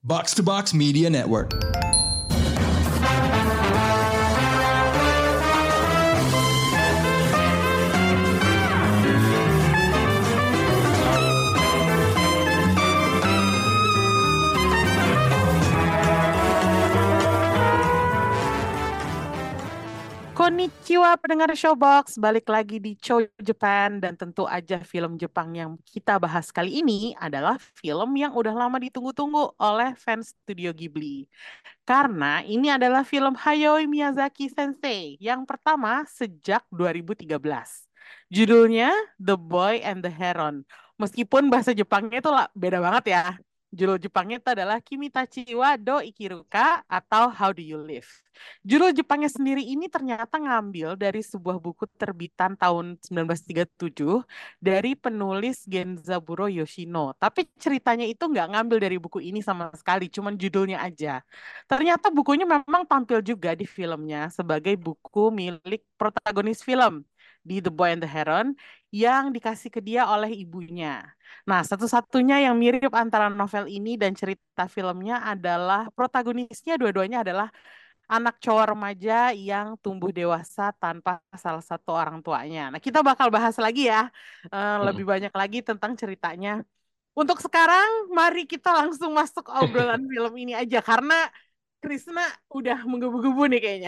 Box to Box Media Network. Konnichiwa pendengar Showbox, balik lagi di Show Japan dan tentu aja film Jepang yang kita bahas kali ini adalah film yang udah lama ditunggu-tunggu oleh fans Studio Ghibli. Karena ini adalah film Hayao Miyazaki Sensei yang pertama sejak 2013. Judulnya The Boy and the Heron. Meskipun bahasa Jepangnya itu beda banget ya. Judul Jepangnya itu adalah Kimitachi wa do Ikiruka atau How Do You Live. Judul Jepangnya sendiri ini ternyata ngambil dari sebuah buku terbitan tahun 1937 dari penulis Genzaburo Yoshino. Tapi ceritanya itu nggak ngambil dari buku ini sama sekali, cuman judulnya aja. Ternyata bukunya memang tampil juga di filmnya sebagai buku milik protagonis film di The Boy and the Heron yang dikasih ke dia oleh ibunya. Nah, satu-satunya yang mirip antara novel ini dan cerita filmnya adalah protagonisnya dua-duanya adalah anak cowok remaja yang tumbuh dewasa tanpa salah satu orang tuanya. Nah, kita bakal bahas lagi ya, lebih Mm-mm. banyak lagi tentang ceritanya. Untuk sekarang, mari kita langsung masuk obrolan film ini aja karena Krisna udah menggebu-gebu nih kayaknya.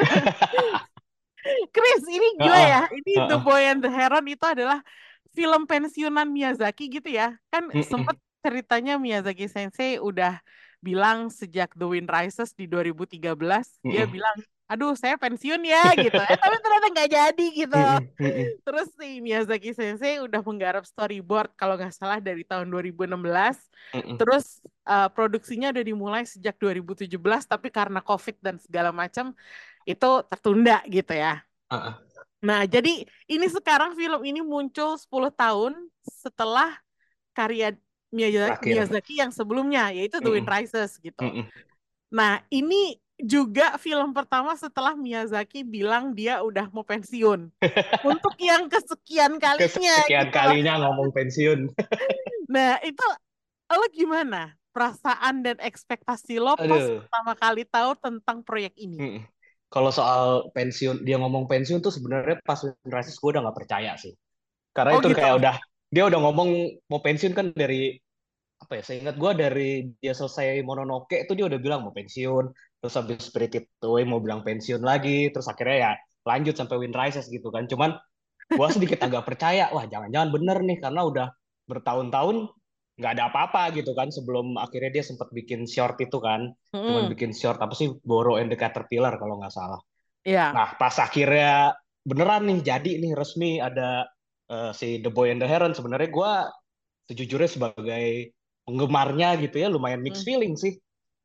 Chris, ini gila Heeh, ya. Ini The heeh. Boy and the Heron itu adalah film pensiunan Miyazaki gitu ya. Kan Mm-mm, sempat ceritanya Miyazaki Sensei udah bilang sejak The Wind Rises di 2013, dia mm-mm. bilang, aduh saya pensiun ya gitu. Tapi ternyata nggak jadi gitu. Mm-mm, mm-mm, Terus si Miyazaki Sensei udah menggarap storyboard kalau nggak salah dari tahun 2016. mm-mm. Terus produksinya udah dimulai sejak 2017, tapi karena COVID dan segala macam itu tertunda gitu ya. Heeh. Nah, jadi ini sekarang film ini muncul 10 tahun setelah karya Terakhir. Miyazaki yang sebelumnya, yaitu The Wind Mm-mm, Rises gitu. mm-mm. Nah, ini juga film pertama setelah Miyazaki bilang dia udah mau pensiun. Untuk yang kesekian kalinya Kesekian gitu. kalinya ngomong pensiun. Nah, itu lo gimana? Perasaan dan ekspektasi lo pas Aduh. pertama kali tahu tentang proyek ini? Mm-mm. Kalau soal pensiun, dia ngomong pensiun tuh sebenarnya pas Rasis gue udah nggak percaya sih. Karena Oh itu gitu. kayak udah dia udah ngomong mau pensiun kan dari apa ya? Seingat gue dari dia selesai Mononoke itu dia udah bilang mau pensiun. Terus habis Spirited Away mau bilang pensiun lagi. Terus akhirnya ya lanjut sampai Wind Rises gitu kan. Cuman gue sedikit agak percaya, wah jangan-jangan bener nih karena udah bertahun-tahun nggak ada apa-apa gitu kan sebelum akhirnya dia sempat bikin short itu kan, cuman Mm-mm. bikin short apa sih Boro and the Caterpillar kalau nggak salah. Iya. Nah pas akhirnya beneran nih jadi nih resmi ada si The Boy and the Heron, sebenarnya gue sejujurnya sebagai penggemarnya gitu ya lumayan mixed Mm. feeling sih.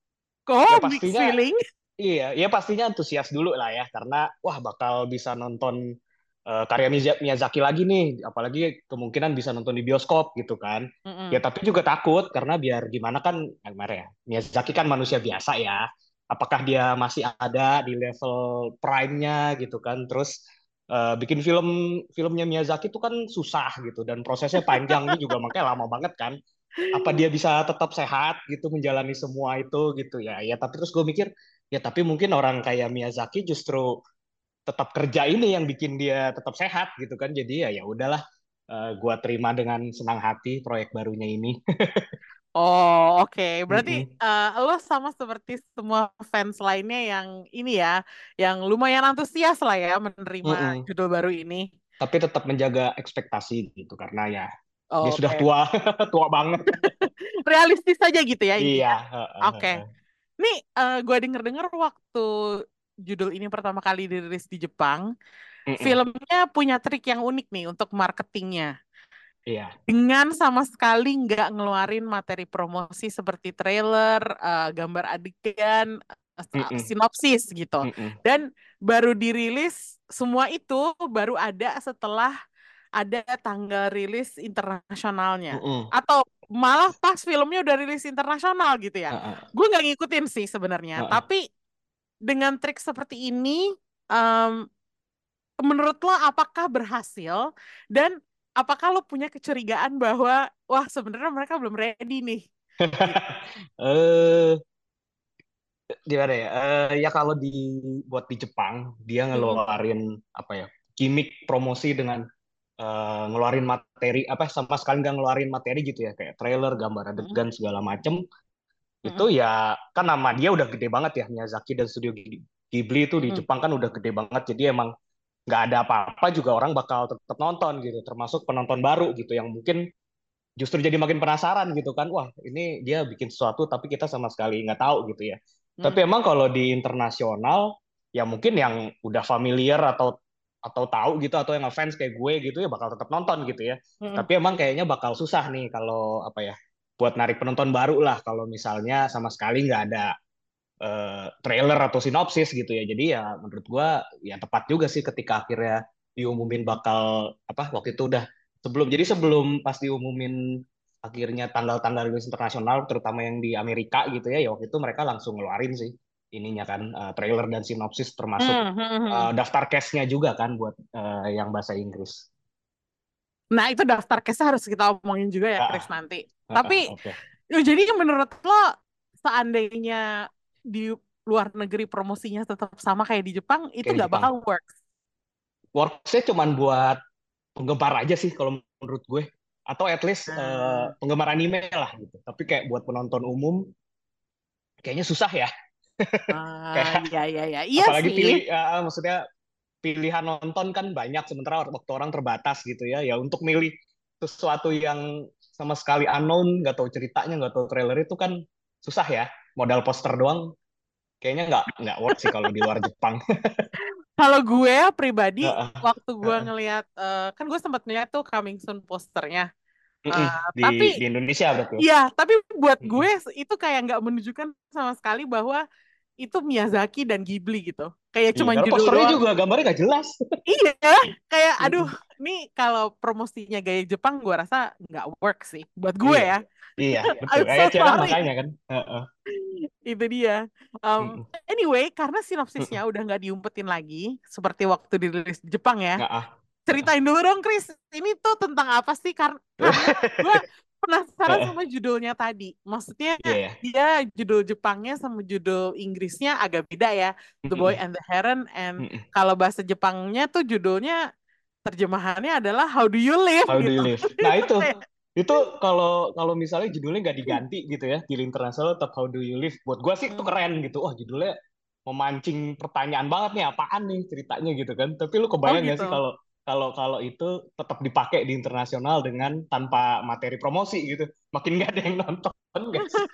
Ya Kok mixed pastinya feeling? iya, ya pastinya antusias dulu lah ya, karena wah bakal bisa nonton karya Miyazaki lagi nih, apalagi kemungkinan bisa nonton di bioskop gitu kan. Ya Mm-mm. tapi juga takut karena biar gimana kan, gimana ya, Miyazaki kan manusia biasa ya. Apakah dia masih ada di level prime-nya gitu kan? Terus bikin filmnya Miyazaki itu kan susah gitu dan prosesnya panjang ini juga makanya lama banget kan. Apa dia bisa tetap sehat gitu menjalani semua itu gitu ya. Ya tapi terus gue mikir ya tapi mungkin orang kayak Miyazaki justru tetap kerja ini yang bikin dia tetap sehat gitu kan. Jadi ya ya udahlah, gua terima dengan senang hati proyek barunya ini. Oh, oke. Berarti Mm-mm, lo sama seperti semua fans lainnya yang ini ya, yang lumayan antusias lah ya menerima mm-mm. judul baru ini. Tapi tetap menjaga ekspektasi gitu karena ya dia Oh, sudah oke. tua, tua banget. Realistis saja gitu ya Iya. intinya. Oke. Nih, gue denger-dengar waktu judul ini pertama kali dirilis di Jepang, Mm-mm. filmnya punya trik yang unik nih untuk marketingnya. Iya. Dengan sama sekali nggak ngeluarin materi promosi seperti trailer, gambar adegan, Mm-mm. sinopsis gitu. Mm-mm. Dan baru dirilis semua itu baru ada setelah ada tanggal rilis internasionalnya. Mm-mm. Atau malah pas filmnya udah rilis internasional gitu ya. Heeh. Gue nggak ngikutin sih sebenarnya. Heeh. Tapi dengan trik seperti ini, em, menurut lo apakah berhasil dan apakah lo punya kecurigaan bahwa wah sebenarnya mereka belum ready nih gitu. Eh, gimana ya? Ya kalau buat di Jepang, dia Mm-mm, ngeluarin apa ya? Gimmick promosi dengan ngeluarin materi apa sama sekali nggak ngeluarin materi gitu ya kayak trailer, gambar mm-mm, adegan segala macem itu mm-mm, ya kan nama dia udah gede banget ya Miyazaki dan Studio Ghibli itu di mm-mm, Jepang kan udah gede banget jadi emang nggak ada apa-apa juga orang bakal tetap nonton gitu termasuk penonton baru gitu yang mungkin justru jadi makin penasaran gitu kan wah ini dia bikin sesuatu tapi kita sama sekali nggak tahu gitu ya mm-mm, tapi emang kalau di internasional ya mungkin yang udah familiar atau tahu gitu atau yang ngefans kayak gue gitu ya bakal tetap nonton gitu ya mm-mm. tapi emang kayaknya bakal susah nih kalau apa ya buat narik penonton baru lah kalau misalnya sama sekali nggak ada trailer atau sinopsis gitu ya jadi ya menurut gue ya tepat juga sih ketika akhirnya diumumin bakal apa waktu itu udah sebelum pas diumumin akhirnya tanggal-tanggal rilis internasional terutama yang di Amerika gitu ya waktu itu mereka langsung ngeluarin sih ininya kan trailer dan sinopsis termasuk Hmm, hmm, hmm. daftar cast-nya juga kan buat yang bahasa Inggris. Nah, itu daftar case harus kita omongin juga ya, Chris, Ah, nanti. Tapi, oke. jadi menurut lo, seandainya di luar negeri promosinya tetap sama kayak di Jepang, itu Kayak di nggak Jepang. bakal works. Works-nya cuman buat penggemar aja sih kalau menurut gue. Atau at least Nah, penggemar anime lah gitu. Tapi kayak buat penonton umum kayaknya susah ya. Kayak iya, iya, iya. Iya apalagi sih. maksudnya pilihan nonton kan banyak sementara waktu orang terbatas gitu ya. Ya untuk milih sesuatu yang sama sekali unknown, nggak tahu ceritanya, nggak tahu trailer itu kan susah ya. Modal poster doang kayaknya nggak work sih kalau di luar Jepang. Kalau gue pribadi, Heeh, waktu gue heeh. ngelihat, kan gue sempat ngeliat tuh coming soon posternya. Mm-mm. Eh, Di tapi di Indonesia berarti ya. iya, tapi buat gue Mm-mm. itu kayak nggak menunjukkan sama sekali bahwa itu Miyazaki dan Ghibli gitu. Kayak Iya, cuman karena judul posternya doang. juga gambarnya nggak jelas. Iya, kayak aduh, Mm-mm. ini kalau promosinya gaya Jepang gue rasa nggak work sih buat gue Iya, ya. iya, betul. I'm so Kayak Ciara sorry. makanya kan. Heeh. Itu dia. Mm-mm. Anyway, karena sinopsisnya Mm-mm. udah nggak diumpetin lagi seperti waktu dirilis di Jepang ya. Heeh. Heeh. Ceritain dulu dong, Chris. Ini tuh tentang apa sih? Karena gue penasaran Heeh. sama judulnya tadi. Maksudnya Iya ya. dia judul Jepangnya sama judul Inggrisnya agak beda ya. The Boy Mm-mm. and the Heron. And Mm-mm. kalau bahasa Jepangnya tuh judulnya terjemahannya adalah How Do You Live How do gitu. you live? Nah Itu kayak, itu kalau kalau misalnya judulnya nggak diganti gitu ya, di internasional tetap How do you live? Buat gua sih itu hmm, keren gitu. Wah judulnya memancing pertanyaan banget nih, apaan nih ceritanya gitu kan. Tapi lu oh kebayang nggak gitu. sih kalau kalau kalau itu tetap dipakai di internasional dengan tanpa materi promosi gitu, makin nggak ada yang nonton nggak sih?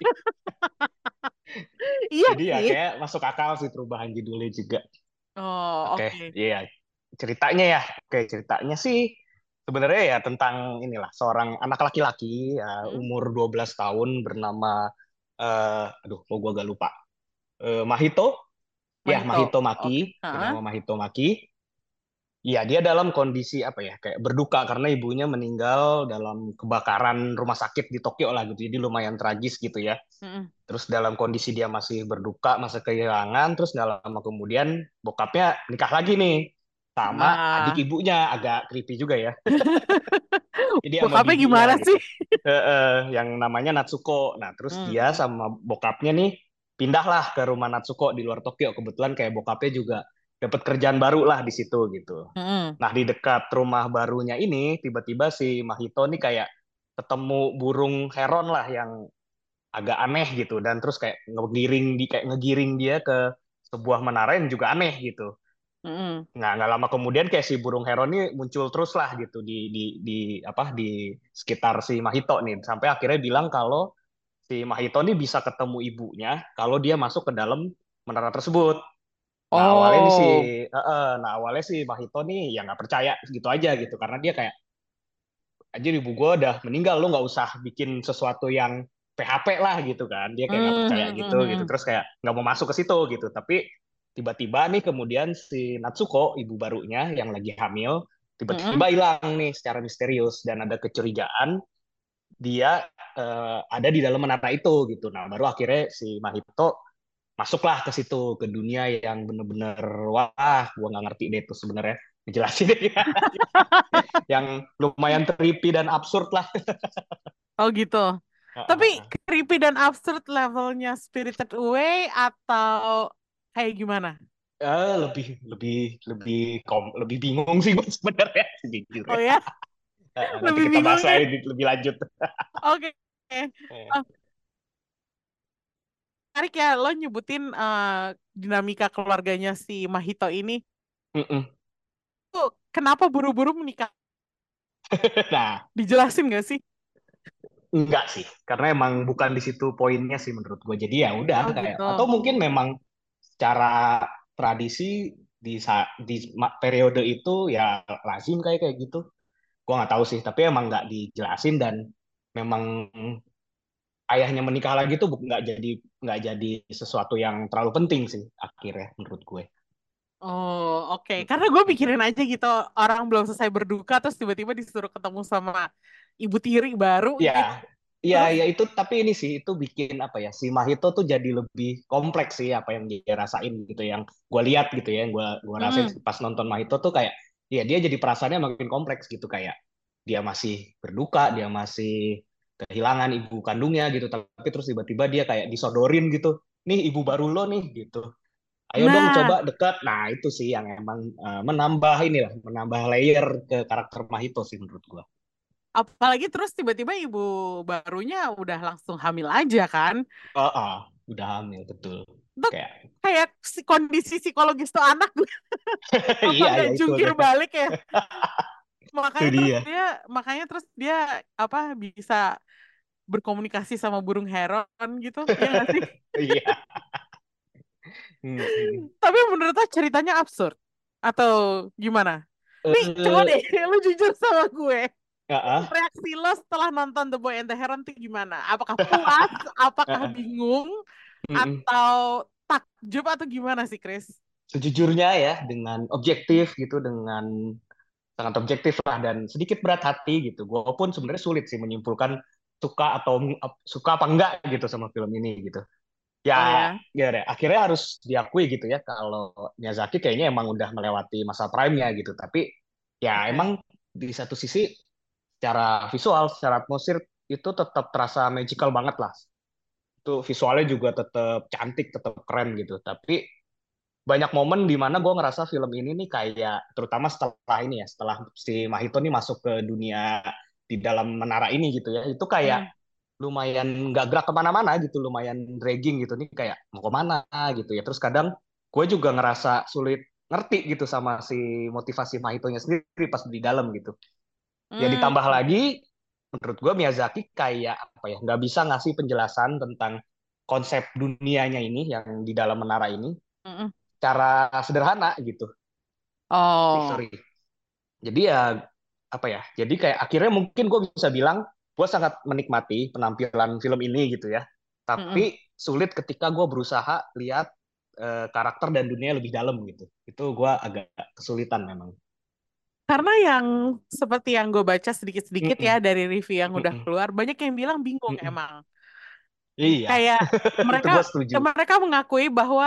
Iya Jadi ya sih. kayak masuk akal sih perubahan judulnya juga. Oh, Oke, oke. iya ceritanya ya. Oke, ceritanya sih sebenarnya ya tentang inilah seorang anak laki-laki ya Hmm, umur 12 tahun bernama aduh kok gua gak lupa. Mahito. Ya, Mahito. Mahito Maki, Oke. bernama Hah? Mahito Maki. Ya, dia dalam kondisi apa ya, kayak berduka karena ibunya meninggal dalam kebakaran rumah sakit di Tokyo lah gitu. Jadi lumayan tragis gitu ya. Mm-mm. Terus dalam kondisi dia masih berduka, masa kehilangan, terus nggak lama kemudian bokapnya nikah lagi nih sama adik Ah. ibunya, agak creepy juga ya. Jadi sama Bokapnya bibinya gimana gitu. sih? Yang namanya Natsuko. Nah, terus dia Hmm. sama bokapnya nih pindahlah ke rumah Natsuko di luar Tokyo. Kebetulan kayak bokapnya juga dapat kerjaan baru lah di situ gitu. Mm-mm. Nah, di dekat rumah barunya ini tiba-tiba si Mahito nih kayak ketemu burung heron lah yang agak aneh gitu dan terus kayak ngegiring dia ke sebuah menara yang juga aneh gitu. Mm-mm. Nggak lama kemudian kayak si burung heron ini muncul terus lah gitu di apa di sekitar si Mahito nih sampai akhirnya bilang kalau si Mahito ini bisa ketemu ibunya kalau dia masuk ke dalam menara tersebut. Oh. Nah awalnya si Mahito nih ya nggak percaya gitu aja gitu karena dia kayak aja ibu gue udah meninggal lu nggak usah bikin sesuatu yang PHP lah gitu kan dia kayak nggak percaya gitu Mm-mm. terus kayak nggak mau masuk ke situ gitu tapi tiba-tiba nih kemudian si Natsuko ibu barunya yang lagi hamil Mm-mm. tiba-tiba hilang nih secara misterius dan ada kecurigaan dia ada di dalam menara itu gitu nah baru akhirnya si Mahito masuklah ke situ ke dunia yang bener-bener wah gua nggak ngerti deh itu sebenarnya ngejelasin yang lumayan trippy dan absurd lah. Oh gitu. Tapi creepy dan absurd levelnya Spirited Away atau kayak gimana? Lebih lebih lebih bingung sih gue sebenarnya Oh sejujurnya. ya, Nanti lebih kita bahas bingungnya. lagi lebih lanjut. Oke. Eh, Oh, menarik ya lo nyebutin dinamika keluarganya si Mahito ini. mm-mm. Tuh, kenapa buru-buru menikah? Nah, Dijelasin gak sih? enggak sih, karena emang bukan di situ poinnya sih menurut gue. Jadi ya udah Oh kayak, gitu. atau mungkin memang secara tradisi di periode itu ya lazim kayak kayak gitu. Gue nggak tahu sih, tapi emang nggak dijelasin dan memang ayahnya menikah lagi tuh nggak jadi sesuatu yang terlalu penting sih akhirnya menurut gue. Oh oke. Karena Mm-mm, gue mm-mm. pikirin aja gitu orang belum selesai berduka terus tiba-tiba disuruh ketemu sama ibu tiri baru Ya, gitu. ya, Terus ya itu tapi ini sih itu bikin apa ya si Mahito tuh jadi lebih kompleks sih apa yang dia rasain gitu yang gue lihat gitu ya yang gue rasain mm, pas nonton Mahito tuh kayak ya dia jadi perasaannya makin kompleks gitu kayak dia masih berduka dia masih kehilangan ibu kandungnya gitu tapi terus tiba-tiba dia kayak disodorin gitu nih ibu baru lo nih gitu ayo dong nah, coba dekat nah itu sih yang emang menambah inilah menambah layer ke karakter Mahito sih menurut gue. apalagi terus tiba-tiba ibu barunya udah langsung hamil aja kan. Oh, oh, udah hamil betul. Itu Kayak kayak kondisi psikologis tuh anak apa iya nggak ya itu jungkir balik ya. itu dia. Makanya terus dia apa bisa berkomunikasi sama burung heron gitu, ya nggak sih? Iya. Hmm. Tapi menurut lo ceritanya absurd atau gimana? Nih, coba Eh, deh, lu jujur sama gue. ah, Reaksi lo setelah nonton The Boy and the Heron tuh gimana? Apakah puas? Apakah ah. bingung? Mm-mm. Atau takjub atau gimana sih, Chris? Sejujurnya ya dengan objektif gitu dengan sangat objektif lah dan sedikit berat hati gitu. Gue pun sebenarnya sulit sih menyimpulkan suka apa enggak gitu sama film ini gitu. Oh Ya, ya. ya deh. Akhirnya harus diakui gitu ya kalau Miyazaki kayaknya emang udah melewati masa prime-nya gitu. Tapi ya Oke. emang di satu sisi secara visual, secara atmosfer itu tetap terasa magical banget lah. Itu visualnya juga tetap cantik, tetap keren gitu. Tapi banyak momen di mana gue ngerasa film ini nih kayak, terutama setelah ini ya, setelah si Mahito nih masuk ke dunia di dalam menara ini gitu ya, itu kayak Hmm. lumayan nggak gerak kemana-mana gitu, lumayan dragging gitu nih kayak mau kemana gitu ya. Terus kadang gue juga ngerasa sulit ngerti gitu sama si motivasi Mahitonya sendiri pas di dalam gitu. Ya Hmm. ditambah lagi menurut gue Miyazaki kayak apa ya nggak bisa ngasih penjelasan tentang konsep dunianya ini yang di dalam menara ini Mm-mm. cara sederhana gitu. Oh. Sorry. Jadi ya apa ya? Jadi kayak akhirnya mungkin gue bisa bilang gue sangat menikmati penampilan film ini gitu ya. Mm-mm. Tapi sulit ketika gue berusaha lihat karakter dan dunia lebih dalam gitu. Itu gue agak kesulitan memang. Karena yang seperti yang gue baca sedikit-sedikit ya Mm-mm. dari review yang udah Mm-mm. keluar, banyak yang bilang bingung Mm-mm. emang. Iya, Kayak itu mereka gue setuju. mereka mengakui bahwa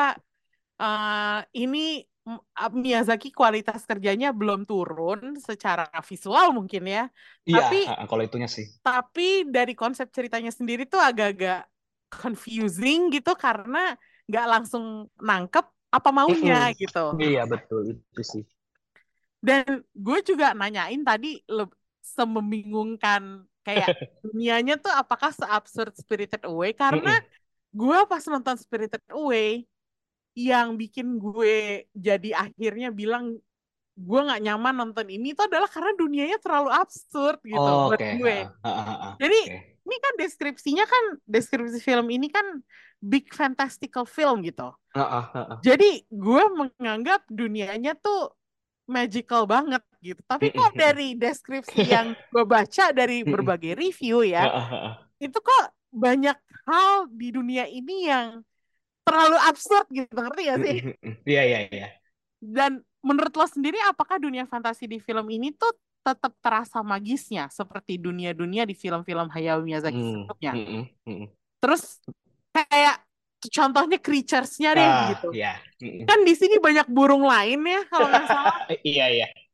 ini Miyazaki kualitas kerjanya belum turun secara visual mungkin ya. Iya, Tapi kalau itunya sih. tapi dari konsep ceritanya sendiri tuh agak-agak confusing gitu karena nggak langsung nangkep apa maunya Mm-mm. gitu. Iya betul itu sih. Dan gue juga nanyain tadi semembingungkan kayak dunianya tuh apakah se-absurd Spirited Away karena Mm-mm. gue pas nonton Spirited Away yang bikin gue jadi akhirnya bilang gue nggak nyaman nonton ini itu adalah karena dunianya terlalu absurd gitu buat Oke, gue. Jadi oke. ini kan deskripsinya kan deskripsi film ini kan big fantastical film gitu. Jadi gue menganggap dunianya tuh magical banget gitu. Tapi kok Mm-mm. dari deskripsi yang gue baca dari Mm-mm. berbagai review ya, itu kok banyak hal di dunia ini yang terlalu absurd gitu, ngerti gak sih? Iya, iya, iya. Dan menurut lo sendiri, apakah dunia fantasi di film ini tuh tetap terasa magisnya seperti dunia-dunia di film-film Hayao Miyazaki Hmm, sebelumnya? mm-mm, mm-mm. Terus kayak contohnya creatures-nya deh gitu. Ya. Mm-mm. Kan di sini banyak burung lain ya kalau nggak salah. Iya, iya.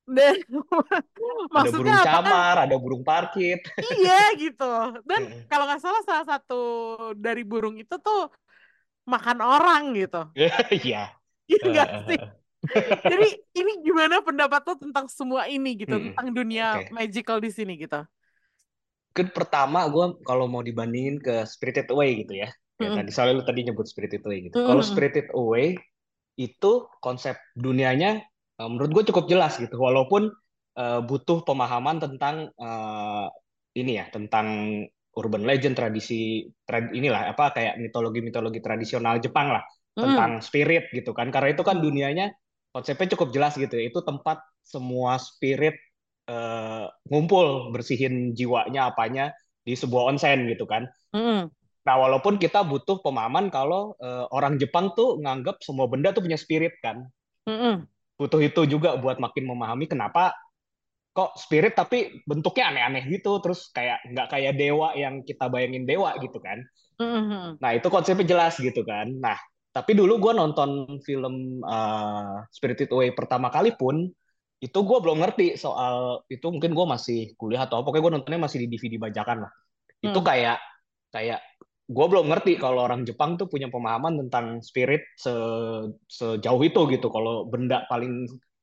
Dan Ada burung maksudnya apa? camar, ada burung parkit. Iya gitu. Dan kalau nggak salah salah satu dari burung itu tuh makan orang gitu. Iya. Iya Eh, nggak eh, sih? eh. Jadi ini gimana pendapat lo tentang semua ini gitu, Mm-mm. tentang dunia Oke. magical di sini gitu? Kan pertama gue kalau mau dibandingin ke Spirited Away gitu ya. Kayak Mm-mm. tadi soalnya lu tadi nyebut Spirited Away gitu. Kalau Mm-mm. Spirited Away itu konsep dunianya menurut gue cukup jelas gitu. Walaupun butuh pemahaman tentang ini ya, tentang urban legend, inilah apa kayak mitologi-mitologi tradisional Jepang lah, Mm-mm. tentang spirit gitu kan. Karena itu kan dunianya konsepnya cukup jelas gitu ya. Itu tempat semua spirit ngumpul bersihin jiwanya apanya di sebuah onsen gitu kan. Mm-mm. Nah, walaupun kita butuh pemahaman kalau orang Jepang tuh nganggap semua benda tuh punya spirit kan. Mm-mm. Butuh itu juga buat makin memahami kenapa kok spirit tapi bentuknya aneh-aneh gitu, terus kayak nggak kayak dewa yang kita bayangin dewa gitu kan. Mm-mm. Nah, itu konsepnya jelas gitu kan. Nah, tapi dulu gue nonton film Spirited Away pertama kali pun, itu gue belum ngerti soal itu, mungkin gue masih kuliah atau apa, pokoknya gue nontonnya masih di DVD bajakan lah. Itu Mm-mm. kayak kayak gue belum ngerti kalau orang Jepang tuh punya pemahaman tentang spirit sejauh itu gitu. Kalau benda paling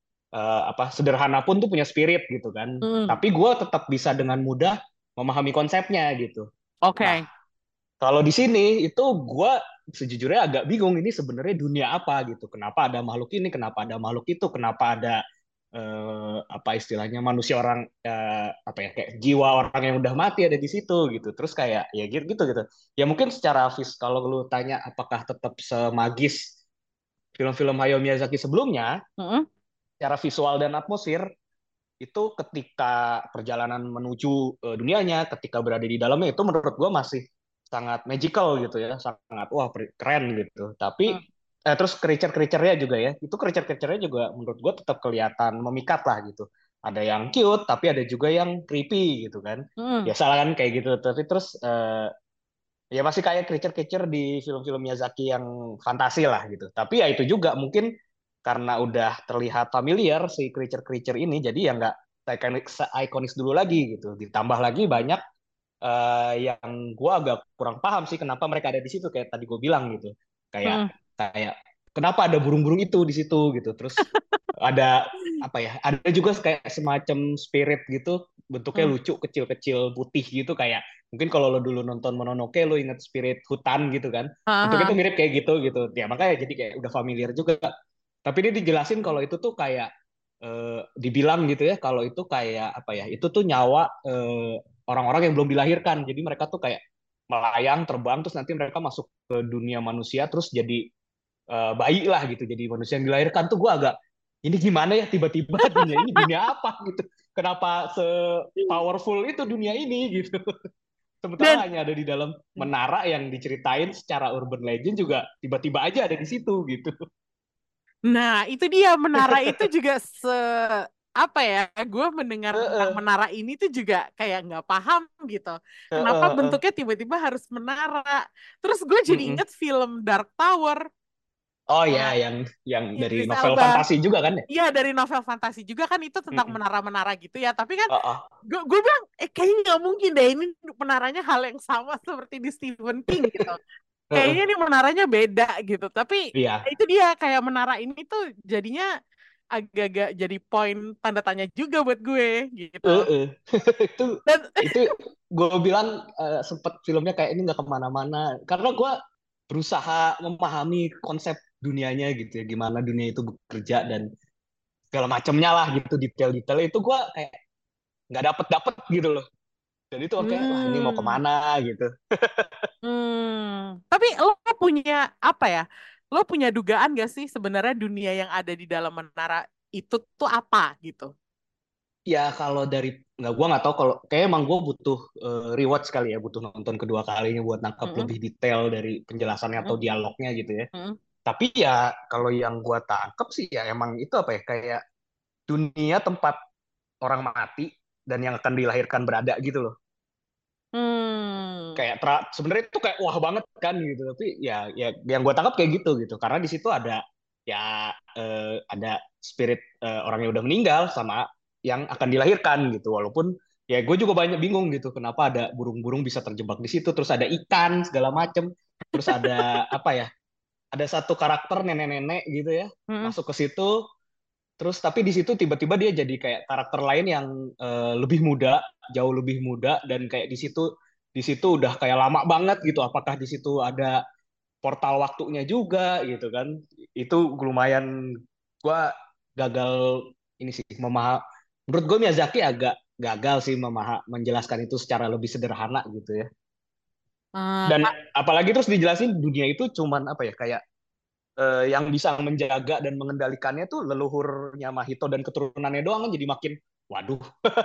apa sederhana pun tuh punya spirit gitu kan. Mm-mm. Tapi gue tetap bisa dengan mudah memahami konsepnya gitu. Nah, Oke. kalau di sini itu gue sejujurnya agak bingung ini sebenarnya dunia apa gitu. Kenapa ada makhluk ini, kenapa ada makhluk itu, kenapa ada apa istilahnya manusia orang apa ya kayak jiwa orang yang udah mati ada di situ gitu. Terus kayak ya gitu gitu gitu. Ya mungkin secara kalau lu tanya apakah tetap semagis film-film Hayao Miyazaki sebelumnya, Mm-mm. secara visual dan atmosfer itu ketika perjalanan menuju dunianya, ketika berada di dalamnya itu menurut gue masih sangat magical gitu ya, sangat wah keren gitu. Tapi terus creature-creature-nya juga ya, itu creature-creature-nya juga menurut gue tetap kelihatan memikat lah gitu. Ada yang cute, tapi ada juga yang creepy gitu kan. Mm-mm. Biasa kan kayak gitu. Tapi terus ya masih kayak creature-creature di film-film Miyazaki yang fantasi lah gitu. Tapi ya itu juga mungkin karena udah terlihat familiar si creature-creature ini, jadi ya nggak ikonis dulu lagi gitu. Ditambah lagi banyak yang gue agak kurang paham sih kenapa mereka ada di situ kayak tadi gue bilang gitu. Kayak Mm-mm. kayak kenapa ada burung-burung itu di situ gitu. Terus ada apa ya? Ada juga kayak semacam spirit gitu, bentuknya Mm. lucu, kecil-kecil, putih gitu kayak mungkin kalau lo dulu nonton Mononoke lo inget spirit hutan gitu kan. Bentuknya Aha. tuh mirip kayak gitu gitu. Ya makanya jadi kayak udah familiar juga. Tapi ini dijelasin kalau itu tuh kayak dibilang gitu ya kalau itu kayak apa ya? Itu tuh nyawa orang-orang yang belum dilahirkan. Jadi mereka tuh kayak melayang, terbang, terus nanti mereka masuk ke dunia manusia, terus jadi bayi lah gitu. Jadi manusia yang dilahirkan tuh gue agak, ini gimana ya tiba-tiba dunia ini dunia apa gitu. Kenapa se-powerful itu dunia ini gitu. Dan Sementara hanya ada di dalam menara yang diceritain secara urban legend juga tiba-tiba aja ada di situ gitu. nah, itu dia menara itu juga apa ya? Gue mendengar tentang Heeh, menara ini tuh juga kayak nggak paham gitu. Kenapa heeh, heeh. bentuknya tiba-tiba harus menara? Terus gue jadi Mm-mm. inget film Dark Tower. Oh ya, eh, yang dari Idris novel Elba. fantasi juga kan ya? Iya dari novel fantasi juga kan itu tentang Mm-mm. menara-menara gitu ya. Tapi kan Heeh, gue bilang, kayaknya nggak mungkin deh ini menaranya hal yang sama seperti di Stephen King gitu. Kayaknya heeh. ini menaranya beda gitu. Tapi Iya. ya itu dia kayak menara ini tuh jadinya agak-agak jadi poin tanda tanya juga buat gue gitu. Itu Dan itu gue bilang sempet filmnya kayak ini nggak kemana-mana karena gue berusaha memahami konsep dunianya gitu ya gimana dunia itu bekerja dan segala macamnya lah gitu detail-detail itu gue kayak nggak dapet gitu loh dan itu kayak wah ini mau hmm, kemana gitu. tapi lo punya apa ya? Lo punya dugaan gak sih sebenarnya dunia yang ada di dalam menara itu tuh apa gitu? Ya kalau dari nggak tahu kalau kayak emang gue butuh rewatch sekali ya butuh nonton kedua kalinya buat nangkap Mm-mm, lebih detail dari penjelasannya atau mm-mm, dialognya gitu ya. mm-mm. Tapi ya kalau yang gue tangkep sih ya emang itu apa ya kayak dunia tempat orang mati dan yang akan dilahirkan berada gitu loh. Hmm. Kayak sebenarnya itu kayak wah banget kan gitu. Tapi ya yang gue tangkap kayak gitu gitu. Karena di situ ada ya ada spirit orang yang udah meninggal sama yang akan dilahirkan gitu. Walaupun ya gue juga banyak bingung gitu kenapa ada burung-burung bisa terjebak di situ, terus ada ikan segala macem, terus ada apa ya? Ada satu karakter nenek-nenek gitu ya Mm-mm. masuk ke situ, terus tapi di situ tiba-tiba dia jadi kayak karakter lain yang lebih muda, jauh lebih muda, dan kayak di situ udah kayak lama banget gitu. Apakah di situ ada portal waktunya juga gitu kan? Itu lumayan gua gagal ini sih menurut gue Miyazaki agak gagal sih menjelaskan itu secara lebih sederhana gitu ya. Eh, Dan apalagi terus dijelasin dunia itu cuman apa ya kayak yang bisa menjaga dan mengendalikannya tuh leluhurnya Mahito dan keturunannya doang kan, jadi makin waduh.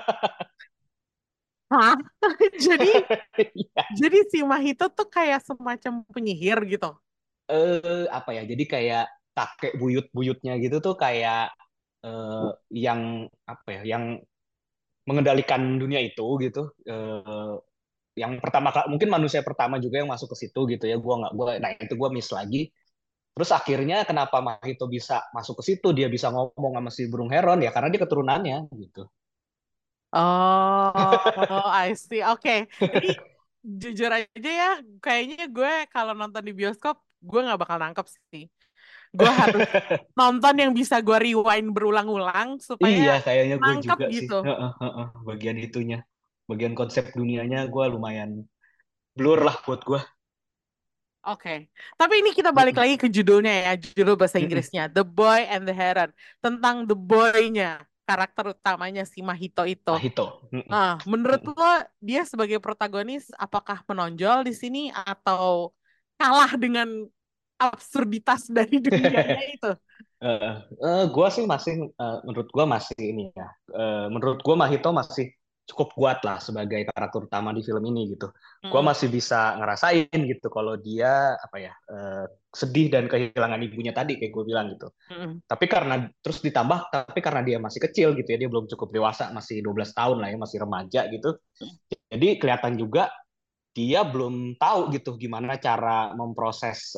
Hah? Jadi Iya. jadi si Mahito tuh kayak semacam penyihir gitu. Apa ya, jadi kayak kakek buyut-buyutnya gitu tuh kayak yang apa ya, yang mengendalikan dunia itu gitu. Yang pertama mungkin manusia pertama juga yang masuk ke situ gitu ya, gua nggak gua nah itu gua miss lagi. Terus akhirnya kenapa Mahito bisa masuk ke situ, dia bisa ngomong sama si burung heron ya karena dia keturunannya gitu. Oh, I see. Oke. Ini jujur aja ya, kayaknya gue kalau nonton di bioskop, gue nggak bakal nangkep sih. Gue harus nonton yang bisa gue rewind berulang-ulang supaya Iya, kayaknya gue nangkep juga sih. gitu. Heeh, heeh. Bagian itunya, bagian konsep dunianya gue lumayan blur lah buat gue. Oke. Tapi ini kita balik Mm-mm, lagi ke judulnya ya, judul bahasa mm-mm. Inggrisnya, The Boy and the Heron. Tentang the boy-nya, karakter utamanya si Mahito itu. Mahito. Mm-mm, Menurut mm-mm. lo dia sebagai protagonis apakah menonjol di sini atau kalah dengan absurditas dari dunianya itu? Gue sih masih, menurut gue masih ini ya. Menurut gue Mahito masih cukup kuat lah sebagai karakter utama di film ini gitu. Gue Mm, masih bisa ngerasain gitu kalau dia apa ya, sedih dan kehilangan ibunya tadi kayak gue bilang gitu. mm, Tapi karena dia masih kecil gitu ya, dia belum cukup dewasa, masih 12 tahun lah ya, masih remaja gitu. Jadi kelihatan juga dia belum tahu gitu gimana cara memproses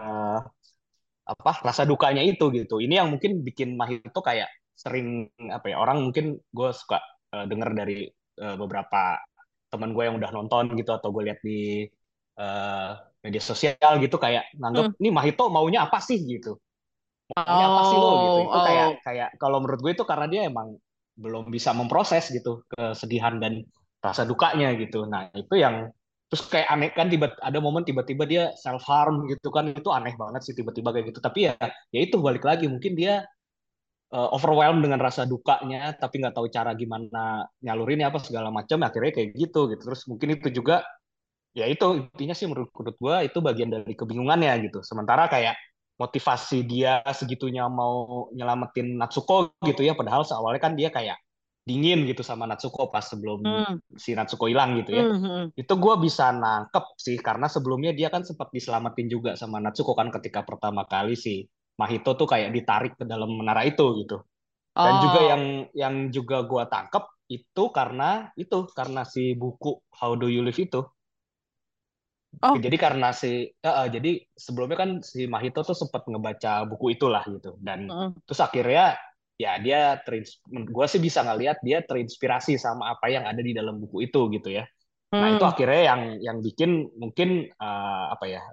apa rasa dukanya itu gitu. Ini yang mungkin bikin Mahito kayak sering apa ya, orang mungkin gue suka denger dari beberapa teman gue yang udah nonton gitu, atau gue lihat di eh, media sosial gitu, kayak mm. nanggep ini Mahito maunya apa sih gitu, maunya apa sih lo gitu. Oh, Itu kayak oh. kayak kalau menurut gue itu karena dia emang belum bisa memproses gitu kesedihan dan rasa dukanya gitu. Nah itu yang terus kayak aneh kan, ada momen tiba-tiba dia self harm gitu kan, itu aneh banget sih tiba-tiba kayak gitu. Tapi ya itu balik lagi mungkin dia overwhelmed dengan rasa dukanya tapi nggak tahu cara gimana nyalurinnya apa segala macam, akhirnya kayak gitu. Terus mungkin itu juga ya itu intinya sih, menurut gua itu bagian dari kebingungannya gitu. Sementara kayak motivasi dia segitunya mau nyelamatin Natsuko gitu ya, padahal seawalnya kan dia kayak dingin gitu sama Natsuko pas sebelum Mm, si Natsuko hilang gitu ya. mm, mm. Itu gue bisa nangkep sih karena sebelumnya dia kan sempat diselamatin juga sama Natsuko kan, ketika pertama kali si Mahito tuh kayak ditarik ke dalam menara itu gitu. Dan juga Oh, yang juga gue tangkep itu karena si buku How Do You Live itu. oh. Jadi sebelumnya kan si Mahito tuh sempat ngebaca buku itulah gitu, dan Mm, terus akhirnya ya gue sih bisa ngelihat dia terinspirasi sama apa yang ada di dalam buku itu gitu ya. Nah itu mm. akhirnya yang bikin mungkin apa ya,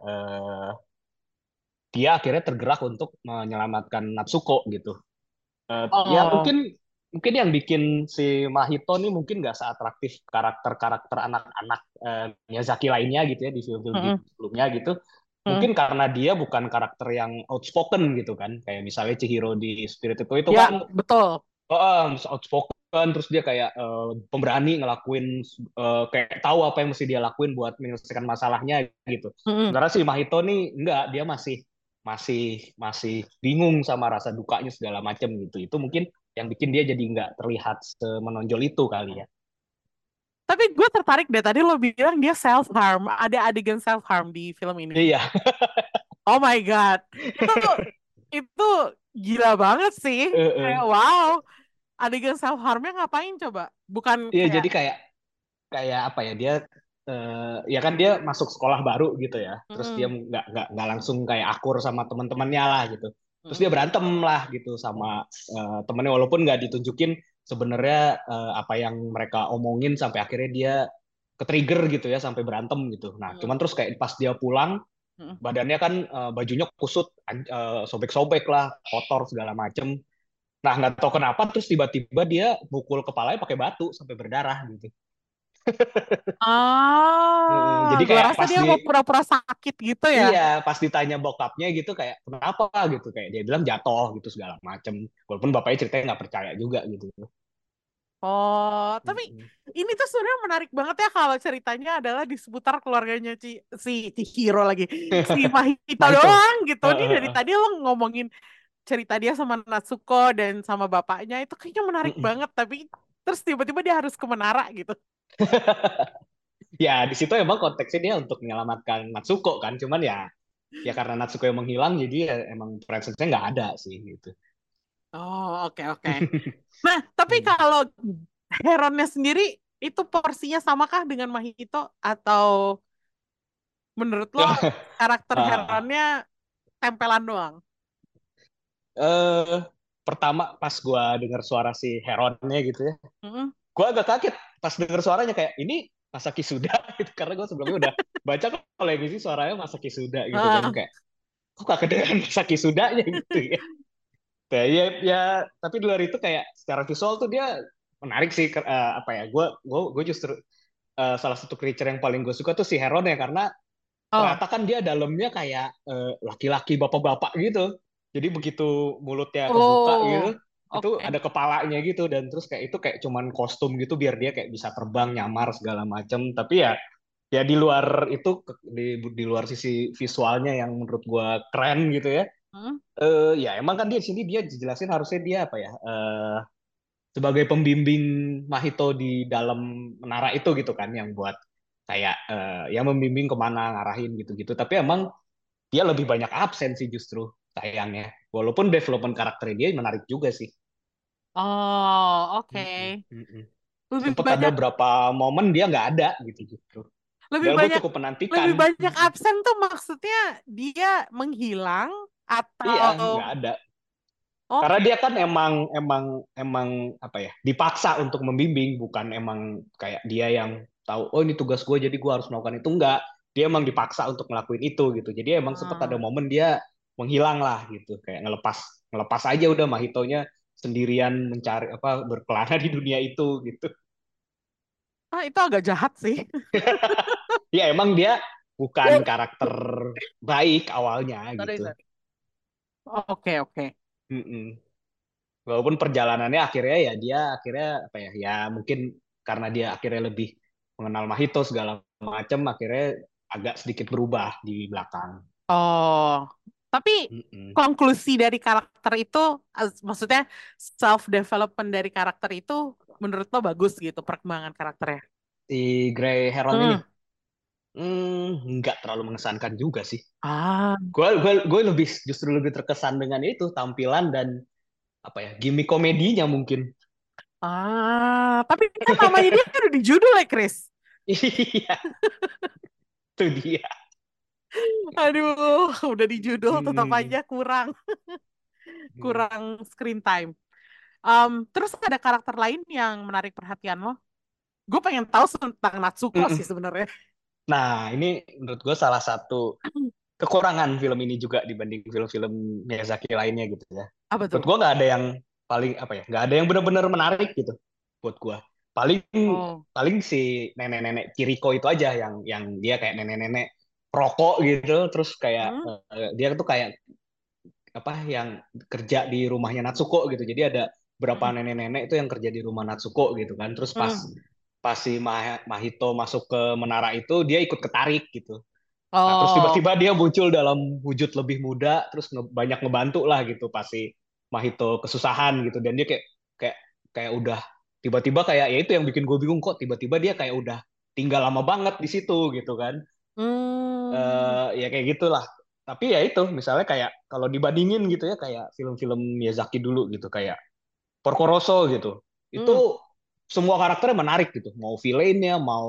dia akhirnya tergerak untuk menyelamatkan Natsuko gitu. Ya Oh, mungkin mungkin yang bikin si Mahito nih mungkin nggak seatraktif karakter-karakter anak-anak Miyazaki lainnya gitu ya di film-film mm, sebelumnya gitu. mm. Mungkin karena dia bukan karakter yang outspoken gitu kan. Kayak misalnya Chihiro di Spirit itu Ya, kan betul. outspoken, terus dia kayak pemberani ngelakuin, kayak tahu apa yang mesti dia lakuin buat menyelesaikan masalahnya gitu. Mm. Sementara si Mahito nih enggak, dia masih masih masih bingung sama rasa dukanya segala macam gitu. Itu mungkin yang bikin dia jadi nggak terlihat semenonjol itu kali ya. Tapi gue tertarik deh, tadi lo bilang dia self harm, ada adegan self harm di film ini. Iya. Oh my God, itu itu gila banget sih. Kayak wow, adegan self harmnya ngapain coba? Bukan Iya, kayak, jadi kayak kayak apa ya, dia ya kan dia masuk sekolah baru gitu ya, terus dia mm-mm, nggak langsung kayak akur sama teman-temannya lah gitu. Terus dia berantem lah gitu sama temennya, walaupun nggak ditunjukin sebenarnya apa yang mereka omongin sampai akhirnya dia ke-trigger gitu ya sampai berantem gitu. Nah, Mm, cuman terus kayak pas dia pulang mm. badannya kan bajunya kusut, sobek-sobek lah, kotor segala macem. Nah, nggak tahu kenapa terus tiba-tiba dia mukul kepalanya pakai batu sampai berdarah gitu. Jadi Gua kayak rasa dia mau pura-pura sakit gitu ya. iya, pas ditanya bokapnya gitu kayak kenapa gitu, kayak dia bilang jatuh gitu segala macem. Walaupun bapaknya ceritanya nggak percaya juga gitu. Oh, tapi Mm-mm. ini tuh sebenarnya menarik banget ya kalau ceritanya adalah di seputar keluarganya si Chihiro lagi, si Mahito Nah itu. doang gitu. Ini dari tadi lo ngomongin cerita dia sama Natsuko dan sama bapaknya itu kayaknya menarik Mm-mm. banget, tapi terus tiba-tiba dia harus ke menara gitu. Ya di situ emang konteksnya dia untuk menyelamatkan Natsuko kan, cuman ya karena Natsuko yang menghilang jadi ya emang presence-nya nggak ada sih gitu. Oh, oke oke. Nah, tapi kalau Heronnya sendiri itu porsinya samakah dengan Mahito atau menurut lo karakter Ah, Heronnya tempelan doang? eh pertama pas gua dengar suara si Heronnya gitu ya, Mm-mm. gua agak kaget pas dengar suaranya kayak ini Masaki Suda gitu, karena gua sebelumnya udah baca kalau yang ini suaranya Masaki Suda gitu kan, Ah. kayak kok gak kedengeran Masaki Sudanya gitu ya. Nah, ya, tapi di luar itu kayak secara visual tuh dia menarik sih. Apa ya? Gue justru salah satu creature yang paling gue suka tuh si Heron ya, karena Oh, ternyata kan dia dalamnya kayak laki-laki bapak-bapak gitu. Jadi begitu mulutnya kebuka gitu, oh, itu oke. ada kepalanya gitu, dan terus kayak itu kayak cuman kostum gitu biar dia kayak bisa terbang nyamar segala macam. Tapi ya di luar itu, di luar sisi visualnya yang menurut gue keren gitu ya. Hmm. Ya emang kan dia di sini dia dijelasin harusnya dia apa ya, sebagai pembimbing Mahito di dalam menara itu gitu kan, yang buat kayak yang membimbing kemana ngarahin gitu-gitu. Tapi emang dia lebih banyak absen sih justru sayangnya. Walaupun development karakter dia menarik juga sih. Oh, oke. Mm-mm, mm-mm. Lebih Sempet ada banyak, berapa momen dia nggak ada gitu justru. lebih Dan gue banyak, cukup lebih menantikan. banyak absen tuh maksudnya dia menghilang Iya, atau nggak ada. Karena oke. dia kan emang emang emang apa ya, dipaksa untuk membimbing, bukan emang kayak dia yang tahu oh ini tugas gue jadi gue harus melakukan itu, enggak. Dia emang dipaksa untuk ngelakuin itu gitu. Jadi emang sempat ada Hmm. momen dia menghilang lah gitu, kayak ngelepas ngelepas aja udah Mahitonya sendirian mencari apa, berkelana di dunia itu gitu. Ah, itu agak jahat sih. Ya emang dia bukan karakter baik awalnya Sorry, gitu. sorry. Oke, oke. Mm-mm. Walaupun perjalanannya akhirnya ya dia akhirnya apa ya, ya mungkin karena dia akhirnya lebih mengenal Mahito segala macam, akhirnya agak sedikit berubah di belakang. Oh, tapi Mm-mm. konklusi dari karakter itu, maksudnya self development dari karakter itu, menurut lo bagus gitu perkembangan karakternya. Si Grey Heron ini Hmm. nggak terlalu mengesankan juga sih. Ah, Gue lebih justru lebih terkesan dengan itu tampilan dan apa ya, gimmick komedinya mungkin. tapi kan namanya dia kan udah di judul ya, Chris. Iya, itu dia. Aduh, udah di judul tetap Hmm. aja kurang, Hmm. kurang screen time. Terus ada karakter lain yang menarik perhatian lo? Gue pengen tahu tentang Natsuko Mm-mm. sih sebenarnya. Nah, ini menurut gue salah satu kekurangan film ini juga dibanding film-film Miyazaki lainnya gitu ya. Apa Menurut tuh? gua nggak ada yang paling apa ya, nggak ada yang benar-benar menarik gitu buat gua. Paling Oh. paling si nenek-nenek Kiriko itu aja yang dia kayak nenek-nenek rokok gitu, terus kayak Hmm? dia tuh kayak apa yang kerja di rumahnya Natsuko gitu. Jadi ada berapa Hmm. nenek-nenek itu yang kerja di rumah Natsuko gitu kan. Terus pas Hmm. pas si Mahito masuk ke menara itu dia ikut ketarik gitu. Nah, terus Oh. tiba-tiba dia muncul dalam wujud lebih muda, terus banyak ngebantu lah gitu pasti Mahito kesusahan gitu, dan dia kayak kayak kayak udah tiba-tiba kayak ya itu yang bikin gue bingung, kok tiba-tiba dia kayak udah tinggal lama banget di situ gitu kan. Hmm. Ya kayak gitulah. Tapi ya itu misalnya kayak kalau dibandingin gitu ya kayak film-film Miyazaki dulu gitu kayak Porco Rosso gitu. Itu Hmm. semua karakternya menarik gitu. Mau villainnya, mau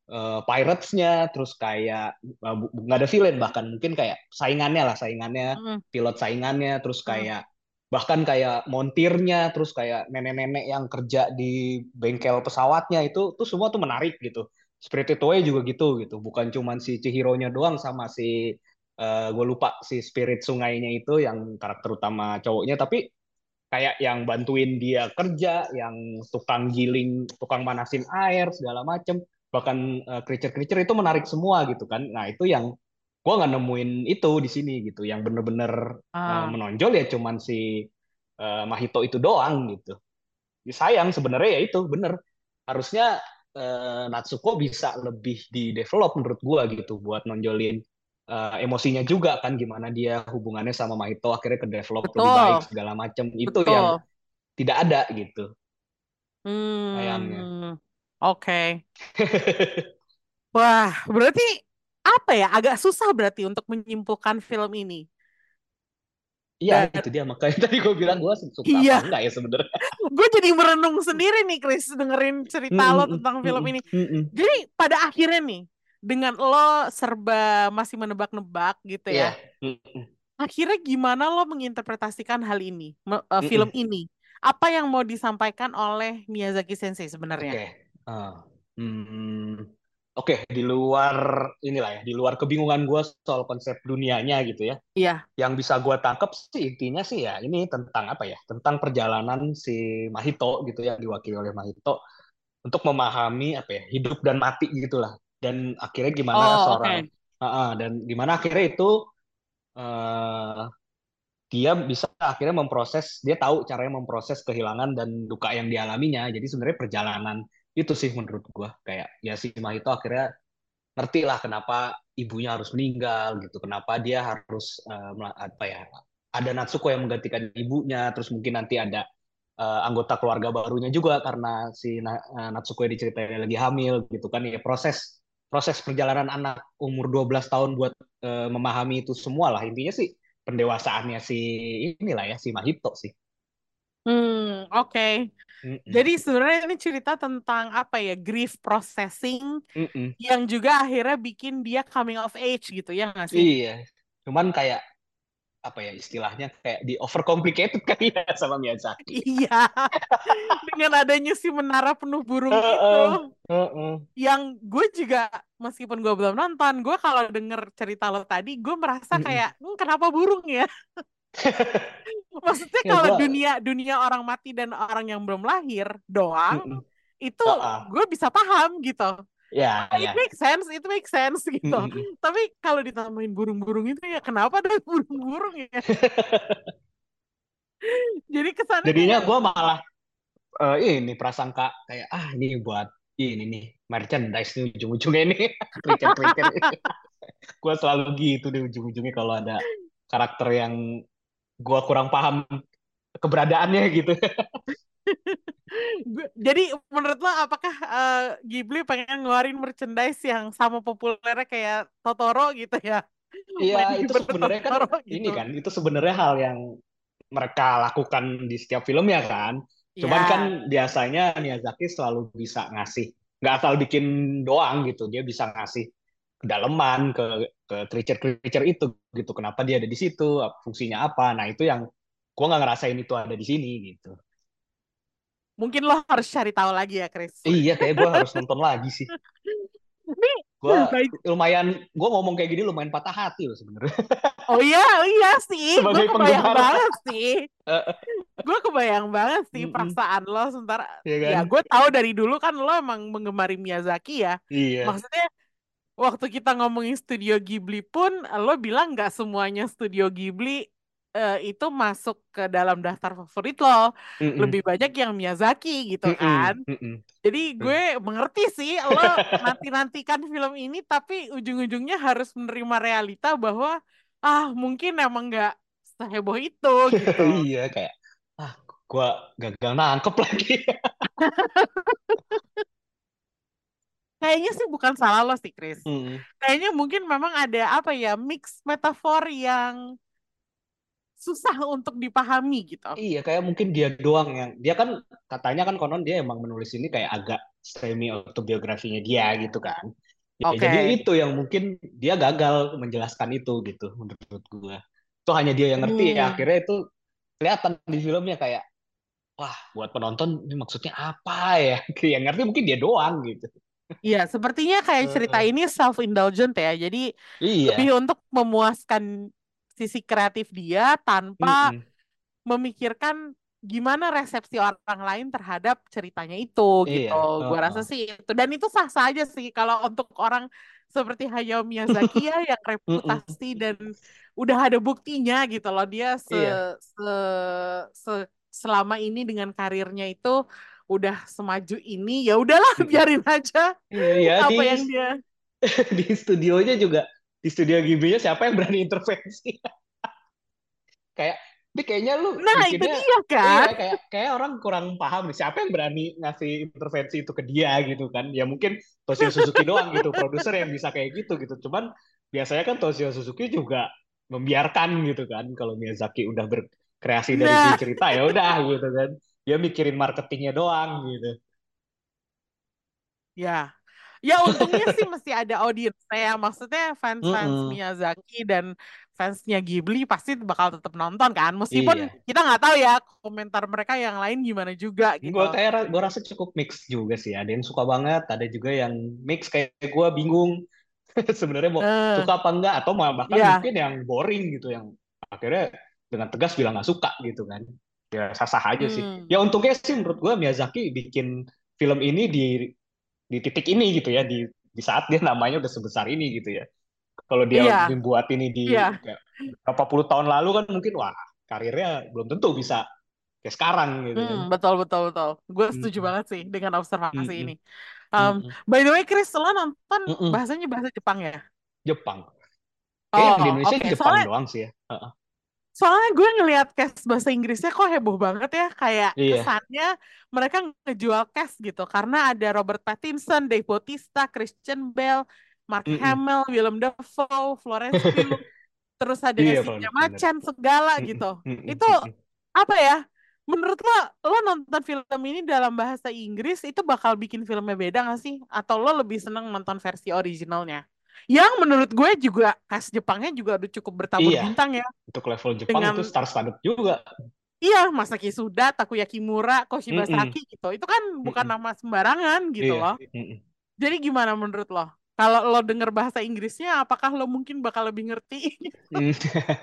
pirates-nya, terus kayak nggak ada villain, bahkan mungkin kayak saingannya, Mm-mm. pilot saingannya, terus Mm. kayak bahkan kayak montirnya, terus kayak nenek-nenek yang kerja di bengkel pesawatnya itu semua tuh menarik gitu. Spirited Away juga gitu, bukan cuman si Chihiro-nya doang sama si gue lupa si spirit sungainya itu yang karakter utama cowoknya, tapi kayak yang bantuin dia kerja, yang tukang giling, tukang manasin air segala macem, bahkan creature-creature itu menarik semua gitu kan. Nah itu yang gua nggak nemuin itu di sini gitu, yang bener-bener Ah. menonjol ya cuman si Mahito itu doang gitu. Sayang sebenarnya ya itu bener, harusnya Natsuko bisa lebih di develop menurut gua gitu buat nonjolin emosinya juga kan, gimana dia hubungannya sama Mahito akhirnya ke develop lebih baik Betul, segala macam, itu yang betul. tidak ada gitu sayangnya. Hmm, oke. Wah, berarti apa ya? Agak susah berarti untuk menyimpulkan film ini. Iya Dan itu dia, makanya tadi gue bilang gue suka apa iya, enggak ya sebenarnya. gue jadi merenung sendiri nih, Chris, dengerin cerita lo Mm-mm, tentang film mm-mm, ini. mm-mm. Jadi pada akhirnya nih, dengan lo serba masih menebak-nebak gitu Iya. ya, Mm-mm, akhirnya gimana lo menginterpretasikan hal ini, film mm-mm. ini? Apa yang mau disampaikan oleh Miyazaki Sensei sebenarnya? Oke. Ah, hmm, oke, di luar inilah ya, di luar kebingungan gue soal konsep dunianya gitu ya. Iya. Yang bisa gue tangkap sih intinya sih ya ini tentang apa ya? Tentang perjalanan si Mahito gitu ya, diwakili oleh Mahito untuk memahami apa ya, hidup dan mati gitulah. Dan akhirnya gimana Oh, seorang oke. dan gimana akhirnya itu eh, dia bisa akhirnya memproses, dia tahu caranya memproses kehilangan dan duka yang dialaminya. Jadi sebenarnya perjalanan itu sih menurut gua kayak ya si Mahito akhirnya ngerti lah kenapa ibunya harus meninggal gitu, kenapa dia harus apa ya, ada Natsuko yang menggantikan ibunya, terus mungkin nanti ada anggota keluarga barunya juga karena si Natsuko yang diceritain lagi hamil gitu kan ya, proses proses perjalanan anak umur 12 tahun buat memahami itu semua lah intinya sih, pendewasaannya si inilah ya si Mahito sih. Oke. Mm-mm. Jadi sebenarnya ini cerita tentang apa ya, grief processing Mm-mm. yang juga akhirnya bikin dia coming of age gitu ya nggak sih? Iya, cuman kayak apa ya istilahnya kayak di overcomplicated kali ya sama Miyazaki. Iya, dengan adanya si menara penuh burung itu, Heeh, heeh. yang gue juga meskipun gue belum nonton, gue kalau denger cerita lo tadi, gue merasa Mm-mm. kayak, kenapa burung ya? Maksudnya Ya kalau gua dunia dunia orang mati dan orang yang belum lahir doang, mm-mm. itu Heeh. gue bisa paham gitu. Ya, ya. It makes sense gitu. Mm-mm. Tapi kalau ditambahin burung-burung itu ya kenapa ada burung-burung ya? Jadi kesannya Jadinya kayak, gue malah ini prasangka kayak ini buat ini nih merchandise nih ujung-ujungnya ini creature-creature. Gue selalu gitu di ujung-ujungnya kalau ada karakter yang gue kurang paham keberadaannya gitu. jadi menurut lo apakah Ghibli pengen ngeluarin merchandise yang sama populernya kayak Totoro gitu ya? Iya, Lady itu Bird sebenarnya kan Totoro ini gitu. kan, itu sebenarnya hal yang mereka lakukan di setiap filmnya kan. Cuman kan Ya, biasanya Miyazaki selalu bisa ngasih, nggak asal bikin doang gitu, dia bisa ngasih kedalaman ke creature-creature itu gitu. Kenapa dia ada di situ, fungsinya apa. Nah itu yang gua nggak ngerasain itu ada di sini gitu. mungkin lo harus cari tahu lagi ya, Chris. Iya, kayak gua harus nonton lagi sih. Ini, Gua baik. lumayan, gua ngomong kayak gini lumayan patah hati loh sebenarnya Oh iya sih, gue sebagai kebayang penggemar. banget sih. Gue kebayang banget sih Mm-mm. perasaan lo sementara Iya ya kan? gue tahu dari dulu kan lo emang menggemari Miyazaki ya. Iya. Maksudnya waktu kita ngomongin Studio Ghibli pun lo bilang nggak semuanya Studio Ghibli itu masuk ke dalam daftar favorit lo. Mm-mm. Lebih banyak yang Miyazaki gitu kan. Mm-mm. Mm-mm. Jadi gue mengerti sih lo nanti-nantikan film ini tapi ujung-ujungnya harus menerima realita bahwa mungkin emang nggak seheboh itu gitu. Iya kayak ah gua gagal nangkep lagi. Kayaknya sih bukan salah lo sih, Chris. Hmm. Kayaknya mungkin memang ada apa ya, mix metafor yang susah untuk dipahami gitu. Iya, kayak mungkin dia doang yang dia kan katanya kan konon dia emang menulis ini kayak agak semi autobiografinya dia gitu kan. Ya jadi Oke. itu yang mungkin dia gagal menjelaskan itu gitu menurut gua. Itu hanya dia yang ngerti ya. Hmm. Akhirnya itu kelihatan di filmnya kayak wah, buat penonton ini maksudnya apa ya? Yang ngerti mungkin dia doang gitu. Iya, sepertinya kayak cerita Heeh. ini self-indulgent ya. Jadi lebih Iya. untuk memuaskan sisi kreatif dia tanpa Mm-mm. memikirkan gimana resepsi orang lain terhadap ceritanya itu gitu. Iya. Gua rasa Heeh. sih itu. Dan itu sah-sah aja sih kalau untuk orang seperti Hayao Miyazaki ya yang Mm-mm. reputasi dan udah ada buktinya gitu loh dia Iya. se, se- selama ini dengan karirnya itu udah semaju ini ya udahlah Mm-mm. biarin aja Iya, ya apa yang dia. di studionya juga di studio Ghibli-nya siapa yang berani intervensi? Kayak ini kayaknya lu Nah, itu bikinnya dia iya kan. kayak kayak orang kurang paham nih siapa yang berani ngasih intervensi itu ke dia gitu kan. Ya mungkin Toshio Suzuki doang gitu, produser yang bisa kayak gitu. Cuman biasanya kan Toshio Suzuki juga membiarkan gitu kan kalau Miyazaki udah berkreasi dari si Nah, cerita ya udah gitu kan. Dia mikirin marketingnya doang gitu. ya. Ya untungnya sih masih ada audiens saya. Maksudnya fans-fans Mm-mm. Miyazaki dan fansnya Ghibli pasti bakal tetap nonton kan. Meskipun Iya. kita nggak tahu ya komentar mereka yang lain gimana juga gitu. Gue rasa cukup mix juga sih. Ada yang suka banget, ada juga yang mix kayak gue bingung sebenarnya mau Eh, suka apa enggak atau malah bahkan ya. mungkin yang boring gitu yang akhirnya dengan tegas bilang nggak suka gitu kan. Ya sah-sah aja sih. Hmm. Ya untungnya sih menurut gue Miyazaki bikin film ini di titik ini gitu ya di saat dia namanya udah sebesar ini gitu ya. Kalau dia Iya, membuat ini di iya. kayak berapa puluh tahun lalu kan mungkin wah karirnya belum tentu bisa kayak sekarang gitu kan. Betul, betul, betul. Gue setuju Mm-mm. banget sih dengan observasi ini. Mm-mm. Um, Mm-mm. by the way, Chris, lo nonton Mm-mm. bahasanya bahasa Jepang ya? Jepang. Kayak yang di Oh, Indonesia oke. Jepang doang sih ya. Heeh. Soalnya gue ngelihat cast bahasa Inggrisnya kok heboh banget ya. Kayak Iya. kesannya mereka ngejual cast gitu. Karena ada Robert Pattinson, Dave Bautista, Christian Bale, Mark Mm-mm. Hamill, Willem Dafoe, Florence Pugh, terus ada Iya, Shinya benar. Macan segala Mm-mm. gitu. Mm-mm. Itu Mm-mm. apa ya? Menurut lo nonton film ini dalam bahasa Inggris itu bakal bikin filmnya beda gak sih? Atau lo lebih seneng nonton versi originalnya? Yang menurut gue juga cast Jepangnya juga udah cukup bertabur Iya, bintang ya. untuk level Jepang itu Dengan star-studded juga. iya, Masaki Suda, Takoyaki Mura, Mm-mm. Koshibasaki gitu. Itu kan bukan Mm-mm. nama sembarangan gitu Iya. loh. Mm-mm. Jadi gimana menurut lo? Kalau lo denger bahasa Inggrisnya, apakah lo mungkin bakal lebih ngerti? Mm.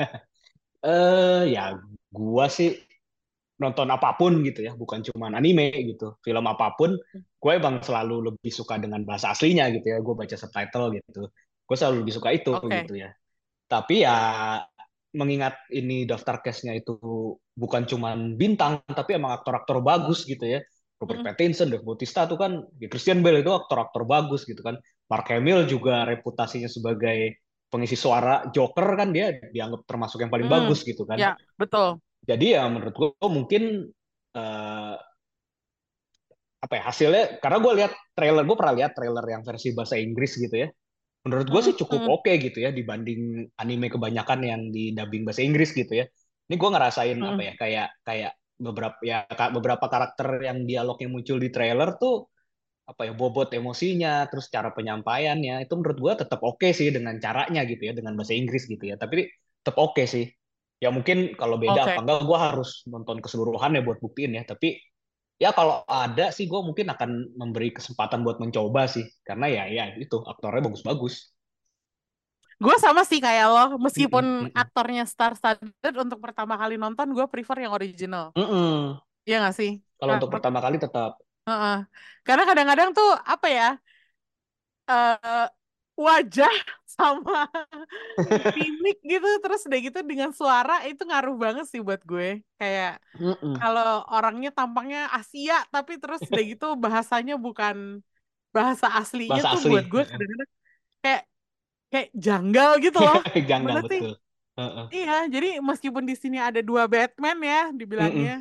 Ya gua sih nonton apapun gitu ya, bukan cuma anime gitu. Film apapun, gue emang selalu lebih suka dengan bahasa aslinya gitu ya. Gue baca subtitle gitu. Gue selalu lebih suka itu Oke. gitu ya. Tapi ya mengingat ini daftar cast-nya itu bukan cuma bintang, tapi emang aktor-aktor bagus gitu ya. Robert Mm. Pattinson, Dave Bautista tuh kan, ya Christian Bale itu aktor-aktor bagus gitu kan. Mark Hamill juga reputasinya sebagai pengisi suara Joker kan dia dianggap termasuk yang paling Mm. bagus gitu kan. Ya, betul. Jadi ya menurut gue mungkin eh, apa ya hasilnya karena gue pernah lihat trailer yang versi bahasa Inggris gitu ya. Menurut gue sih Mm. cukup Mm. oke gitu ya dibanding anime kebanyakan yang di dubbing bahasa Inggris gitu ya. Ini gue ngerasain apa Mm. ya kayak kayak beberapa karakter yang dialog yang muncul di trailer tuh apa ya bobot emosinya terus cara penyampaiannya itu menurut gue tetap oke sih dengan caranya gitu ya dengan bahasa Inggris gitu ya tapi tetap oke sih ya mungkin kalau beda Oke. apa enggak gue harus nonton keseluruhan ya buat buktiin ya tapi ya kalau ada sih gue mungkin akan memberi kesempatan buat mencoba sih karena ya itu aktornya bagus-bagus. Gue sama sih kayak lo, meskipun Mm-mm, mm-mm. aktornya star-studded untuk pertama kali nonton, gue prefer yang original. Mm-mm. Iya gak sih? Kalau untuk pertama kali tetap Heeh. Karena kadang-kadang tuh apa ya, eh wajah sama mimik gitu, terus udah gitu dengan suara itu ngaruh banget sih buat gue. Kayak Mm-mm. kalau orangnya tampangnya Asia, tapi terus udah gitu bahasanya bukan bahasa aslinya bahasa tuh buat asli. gue kadang-kadang kayak kayak janggal gitu loh. Janggal Gimana sih? betul. Heeh. Iya, jadi meskipun di sini ada dua Batman ya, dibilangnya. Mm-mm.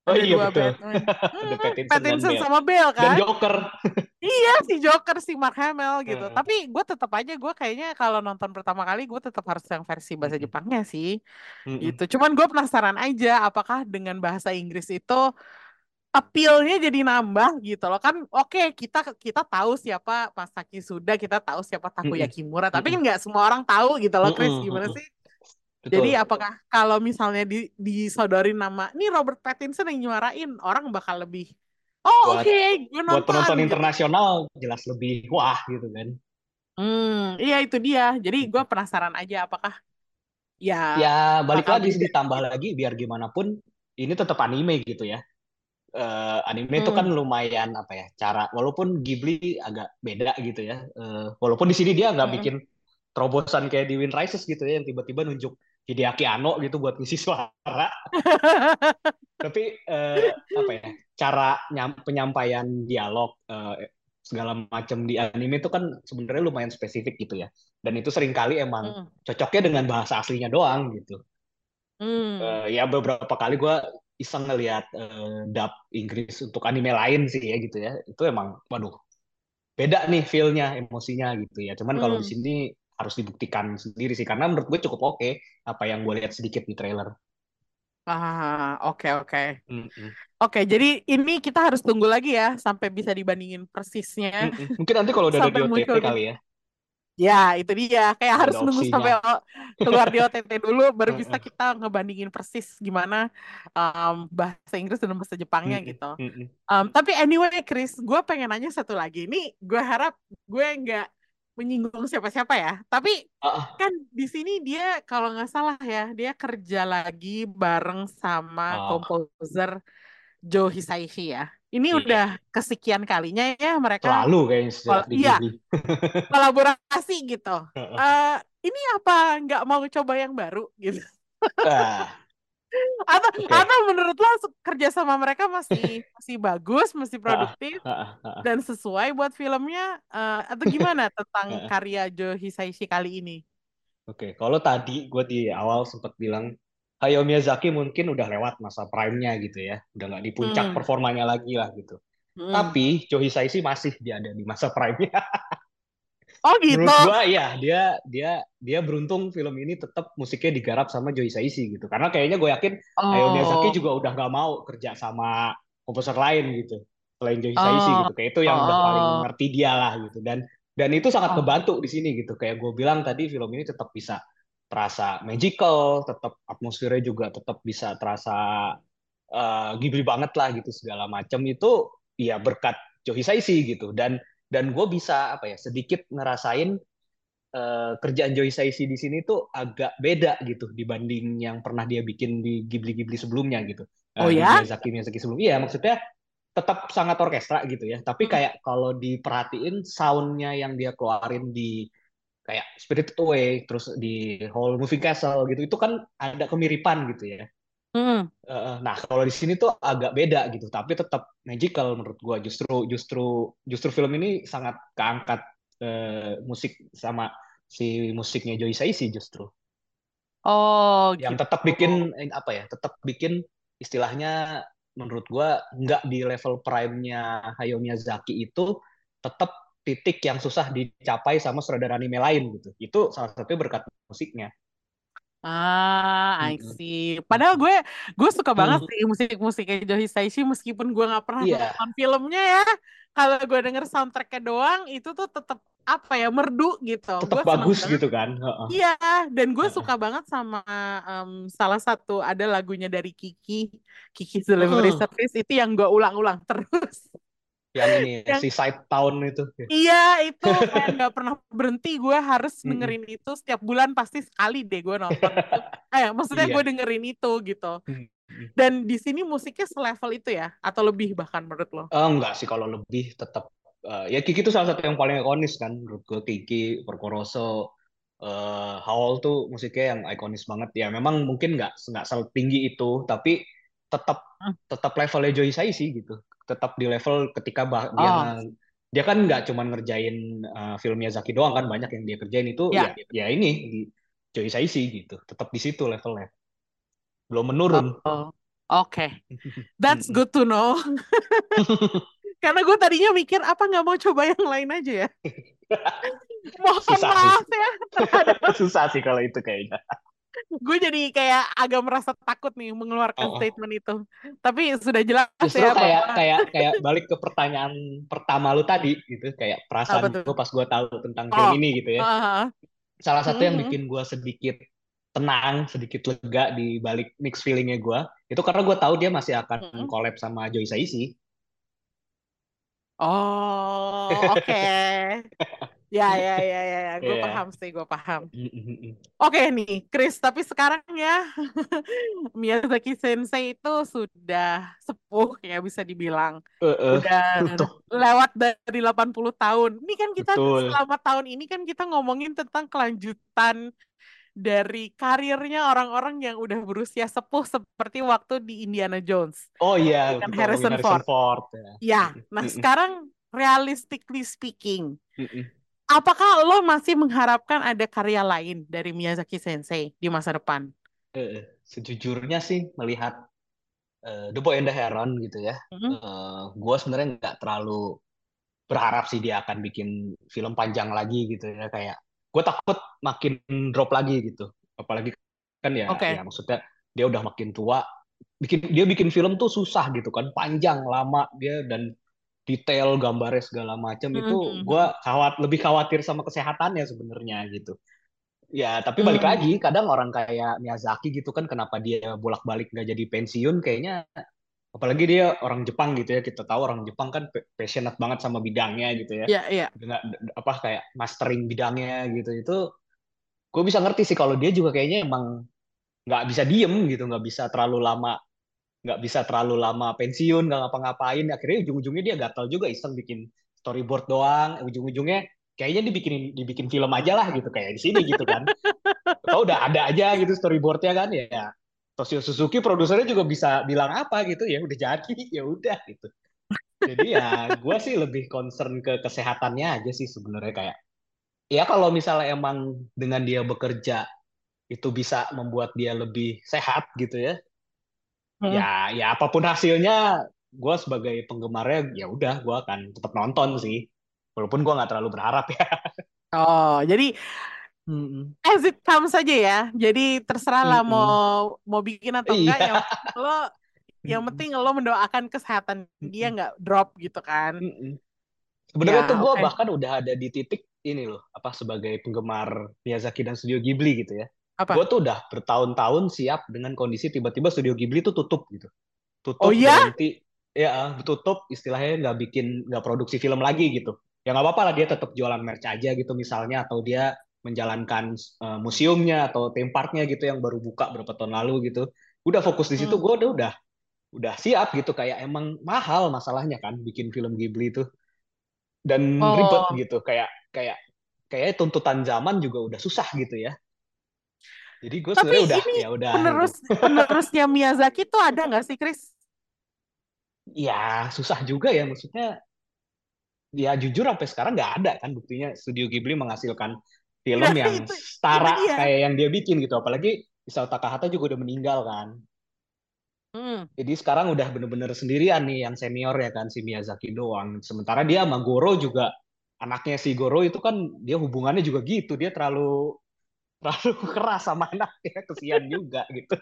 Oh Ada iya dua betul. Batman. Ada Pattinson dan Pattinson Bale sama Bale dan kan? Joker. Iya, si Joker, si Mark Hamill gitu. Heeh. Tapi gue tetap aja, gue kayaknya kalau nonton pertama kali, gue tetap harus yang versi bahasa Mm-mm. Jepangnya sih. Mm-mm. Gitu. Cuman gue penasaran aja, apakah dengan bahasa Inggris itu appeal-nya jadi nambah gitu loh kan. Oke, kita kita tahu siapa Masaki Suda, kita tahu siapa Takuya Mm-mm. Kimura, tapi kan Mm-mm. nggak semua orang tahu gitu loh, Chris. Mm-mm. Gimana Mm-mm. sih? Jadi Betul. apakah kalau misalnya disodorin nama ini Robert Pattinson yang nyuarain, orang bakal lebih oh Buat oke, gue buat nonton penonton gitu. internasional jelas lebih wah gitu kan. Iya itu dia. Jadi gue penasaran aja apakah ya Ya balik bakal lagi sih beda ditambah gitu. lagi biar gimana pun ini tetap anime gitu ya. Anime itu kan Hmm. lumayan apa ya cara walaupun Ghibli agak beda gitu ya. Walaupun di sini dia nggak Mm-mm. bikin terobosan kayak di Wind Rises gitu ya yang tiba-tiba nunjuk Hideaki Anno gitu buat ngisi suara. Tapi apa ya cara penyampaian dialog segala macam di anime itu kan sebenarnya lumayan spesifik gitu ya. Dan itu seringkali emang Mm. cocoknya dengan bahasa aslinya doang gitu. Hmm. Ya beberapa kali gue iseng ngeliat dub Inggris untuk anime lain sih ya gitu ya. Itu emang, waduh, beda nih feel-nya, emosinya gitu ya. Cuman kalau di Hmm. sini harus dibuktikan sendiri sih, karena menurut gue cukup oke apa yang gue lihat sedikit di trailer. Oke oke. Mm-mm. Oke, jadi ini kita harus tunggu lagi ya sampai bisa dibandingin persisnya Mm-mm. Mungkin nanti kalau udah ada sampai di OTT muncul gitu. kali ya, Ya, itu dia. Kayak kalau harus ada nunggu opsinya. sampai keluar di OTT dulu baru bisa Heeh. kita ngebandingin persis gimana bahasa Inggris dan bahasa Jepangnya Mm-mm. gitu. Mm-mm. Tapi anyway, Chris, gue pengen nanya satu lagi. Ini gue harap gue nggak menyinggung siapa-siapa ya. Tapi Ah, kan di sini dia kalau nggak salah ya, dia kerja lagi bareng sama ah, komposer Joe Hisaishi ya. Ini udah iya. kesekian kalinya ya mereka Selalu kayaknya sejak di iya Ghibli. kolaborasi gitu. Heeh. Eh ini apa nggak mau coba yang baru gitu? Ah, Atau oke. menurut lo kerja sama mereka masih masih bagus, masih Ah, produktif ah, ah, ah. dan sesuai buat filmnya atau gimana tentang Ah. karya Joe Hisaishi kali ini? Oke, kalau tadi gue di awal sempat bilang Hayao Miyazaki mungkin udah lewat masa prime-nya gitu ya, udah nggak di puncak Hmm. performanya lagi lah gitu. Hmm. Tapi Joe Hisaishi masih dia ada di masa prime-nya. Oh gitu. Menurut gue ya dia beruntung film ini tetap musiknya digarap sama Joe Hisaishi gitu. Karena kayaknya gue yakin Hayao Miyazaki Oh. juga udah nggak mau kerja sama komposer lain gitu selain Joe Hisaishi Oh. gitu. Kayak itu yang udah paling Oh. ngerti dia lah gitu. Dan itu sangat Oh. ngebantu di sini gitu. Kayak gue bilang tadi film ini tetap bisa terasa magical, tetap atmosfernya juga tetap bisa terasa Ghibli banget lah gitu segala macam itu ya berkat Joe Hisaishi gitu dan gue bisa apa ya sedikit ngerasain kerjaan Joe Hisaishi di sini tuh agak beda gitu dibanding yang pernah dia bikin di Ghibli-Ghibli sebelumnya gitu. Oh Di ya? Miyazaki sebelumnya iya maksudnya tetap sangat orkestra gitu ya tapi Hmm. kayak kalau diperhatiin soundnya yang dia keluarin di kayak Spirited Away terus di Whole Moving Castle gitu itu kan ada kemiripan gitu ya. Hmm. Nah, kalau di sini tuh agak beda gitu, tapi tetap magical menurut gua. Justru film ini sangat keangkat musik sama si musiknya Joe Hisaishi justru. Oh Yang gitu. tetap bikin apa ya? Tetap bikin istilahnya menurut gua nggak di level prime-nya Hayao Miyazaki itu tetap titik yang susah dicapai sama sutradara anime lain gitu. Itu salah satunya berkat musiknya. I Mm-mm. see. Padahal gue suka banget Mm. sih musik-musiknya Joe Hisaishi meskipun gue nggak pernah Iya, nonton filmnya ya. Kalau gue denger soundtracknya doang itu tuh tetap apa ya merdu gitu. tetap Gue seneng bagus banget. gitu kan. Heeh. Iya, dan gue suka Heeh. banget sama salah satu ada lagunya dari Kiki Delivery Heeh. Service itu yang gue ulang-ulang terus. Yang ini Yang Seaside Town itu. iya itu kayak nggak pernah berhenti gue harus Mm-mm. dengerin itu setiap bulan pasti sekali deh gue nonton itu. Maksudnya gue Iya. dengerin itu gitu. Mm-mm. Dan di sini musiknya selevel itu ya atau lebih bahkan menurut lo? Enggak sih kalau lebih tetap ya Kiki itu salah satu yang paling ikonis kan menurut gue Kiki, Porcoroso, Howl tuh musiknya yang ikonis banget ya memang mungkin nggak setinggi itu tapi tetap Hmm. tetap levelnya Joe Hisaishi gitu tetap di level ketika Oh, dia kan nggak cuma ngerjain film Miyazaki doang kan banyak yang dia kerjain itu ya ya. ya ini di Joe Hisaishi gitu tetap di situ levelnya belum menurun. Oh. Oke, that's Mm-mm. good to know. Karena gue tadinya mikir apa nggak mau coba yang lain aja ya. Mohon Susah sih. maaf ya terhadap Susah sih kalau itu kayaknya. gue jadi kayak agak merasa takut nih mengeluarkan Oh, oh. statement itu. Tapi sudah jelas Justru ya kayak bahwa kayak kayak balik ke pertanyaan pertama lu tadi gitu, kayak apa perasaan tuh? gue pas gue tahu tentang film Oh, ini gitu ya. ah, Salah satu yang mhm. bikin gue sedikit tenang, sedikit lega di balik mix feelingnya gue, itu karena gue tahu dia masih akan Mhm. collab sama Joy Saisi. Oh, oke. Ya, ya, ya, ya, ya. Gue Iya. paham sih, gue paham. Mm-mm-mm. Oke nih, Chris. Tapi sekarang ya, Miyazaki Sensei itu sudah sepuh ya bisa dibilang. Udah Tuh, lewat dari 80 tahun. Ini kan kita betul. selama tahun ini kan kita ngomongin tentang kelanjutan dari karirnya orang-orang yang udah berusia sepuh seperti waktu di Indiana Jones Oh iya, dengan kita ngomongin Harrison Harrison Ford. Ford. Ya. Ya, nah Mm-mm. sekarang realistically speaking, Mm-mm. apakah lo masih mengharapkan ada karya lain dari Miyazaki Sensei di masa depan? Sejujurnya sih melihat The Boy and the Heron gitu ya, Mhm. gue sebenarnya nggak terlalu berharap sih dia akan bikin film panjang lagi gitu ya, kayak gue takut makin drop lagi gitu, apalagi kan ya Oke. maksudnya dia udah makin tua, bikin film tuh susah gitu kan, panjang lama dia dan detail gambarnya segala macam itu, gue Mhm. lebih khawatir sama kesehatannya sebenarnya gitu. Ya, tapi balik lagi, Mhm. kadang orang kayak Miyazaki gitu kan, kenapa dia bolak-balik nggak jadi pensiun, kayaknya apalagi dia orang Jepang gitu ya, kita tahu orang Jepang kan passionate banget sama bidangnya gitu ya, Ya, ya. dengan apa kayak mastering bidangnya gitu, itu gue bisa ngerti sih kalau dia juga kayaknya emang nggak bisa diem gitu, nggak bisa terlalu lama pensiun, nggak ngapa-ngapain, akhirnya ujung-ujungnya dia gatal juga, iseng bikin storyboard doang, ujung-ujungnya kayaknya dibikin dibikin film aja lah gitu, kayak di sini gitu kan, atau udah ada aja gitu storyboardnya kan ya, Toshio Suzuki produsernya juga bisa bilang apa gitu ya, udah jadi ya udah gitu. Jadi ya gue sih lebih concern ke kesehatannya aja sih sebenarnya, kayak ya kalau misalnya emang dengan dia bekerja itu bisa membuat dia lebih sehat gitu ya, Hmm. ya apapun hasilnya gue sebagai penggemarnya ya udah gue akan tetap nonton sih, walaupun gue nggak terlalu berharap ya. Oh, jadi Mm-mm. as it comes saja ya. Jadi terserah lah mau Mm-mm. mau bikin atau enggak. Iya. Yang penting Mm-mm. lo mendoakan kesehatan dia Mm-mm. nggak drop gitu kan. Mm-mm. Sebenarnya tuh Ya, gue oke. bahkan udah ada di titik ini loh, apa sebagai penggemar Miyazaki dan Studio Ghibli gitu ya. Gue Apa? tuh udah bertahun-tahun siap dengan kondisi tiba-tiba Studio Ghibli tuh tutup gitu. Oh Tutup, ya? berhenti, ya tutup istilahnya, nggak produksi film lagi gitu. Ya nggak apa-apa lah, dia tetap jualan merch aja gitu misalnya, atau dia menjalankan museumnya atau theme parknya gitu yang baru buka berapa tahun lalu gitu. Udah fokus di situ, Hmm. gue udah siap gitu, kayak emang mahal masalahnya kan bikin film Ghibli itu, dan ribet Oh, gitu, kayak kayak kayak tuntutan zaman juga udah susah gitu ya, jadi gue tapi sebenarnya udah ini ya udah gitu. penerusnya Miyazaki tuh ada nggak sih, Chris? Ya susah juga ya, maksudnya ya jujur sampai sekarang nggak ada kan buktinya Studio Ghibli menghasilkan film Nah, yang itu setara dia. kayak yang dia bikin gitu, apalagi Isao Takahata juga udah meninggal kan, Hmm. jadi sekarang udah bener-bener sendirian nih yang senior ya kan, si Miyazaki doang, sementara dia sama Goro juga, anaknya si Goro itu kan dia hubungannya juga gitu, dia terlalu keras sama anaknya, kesian juga gitu.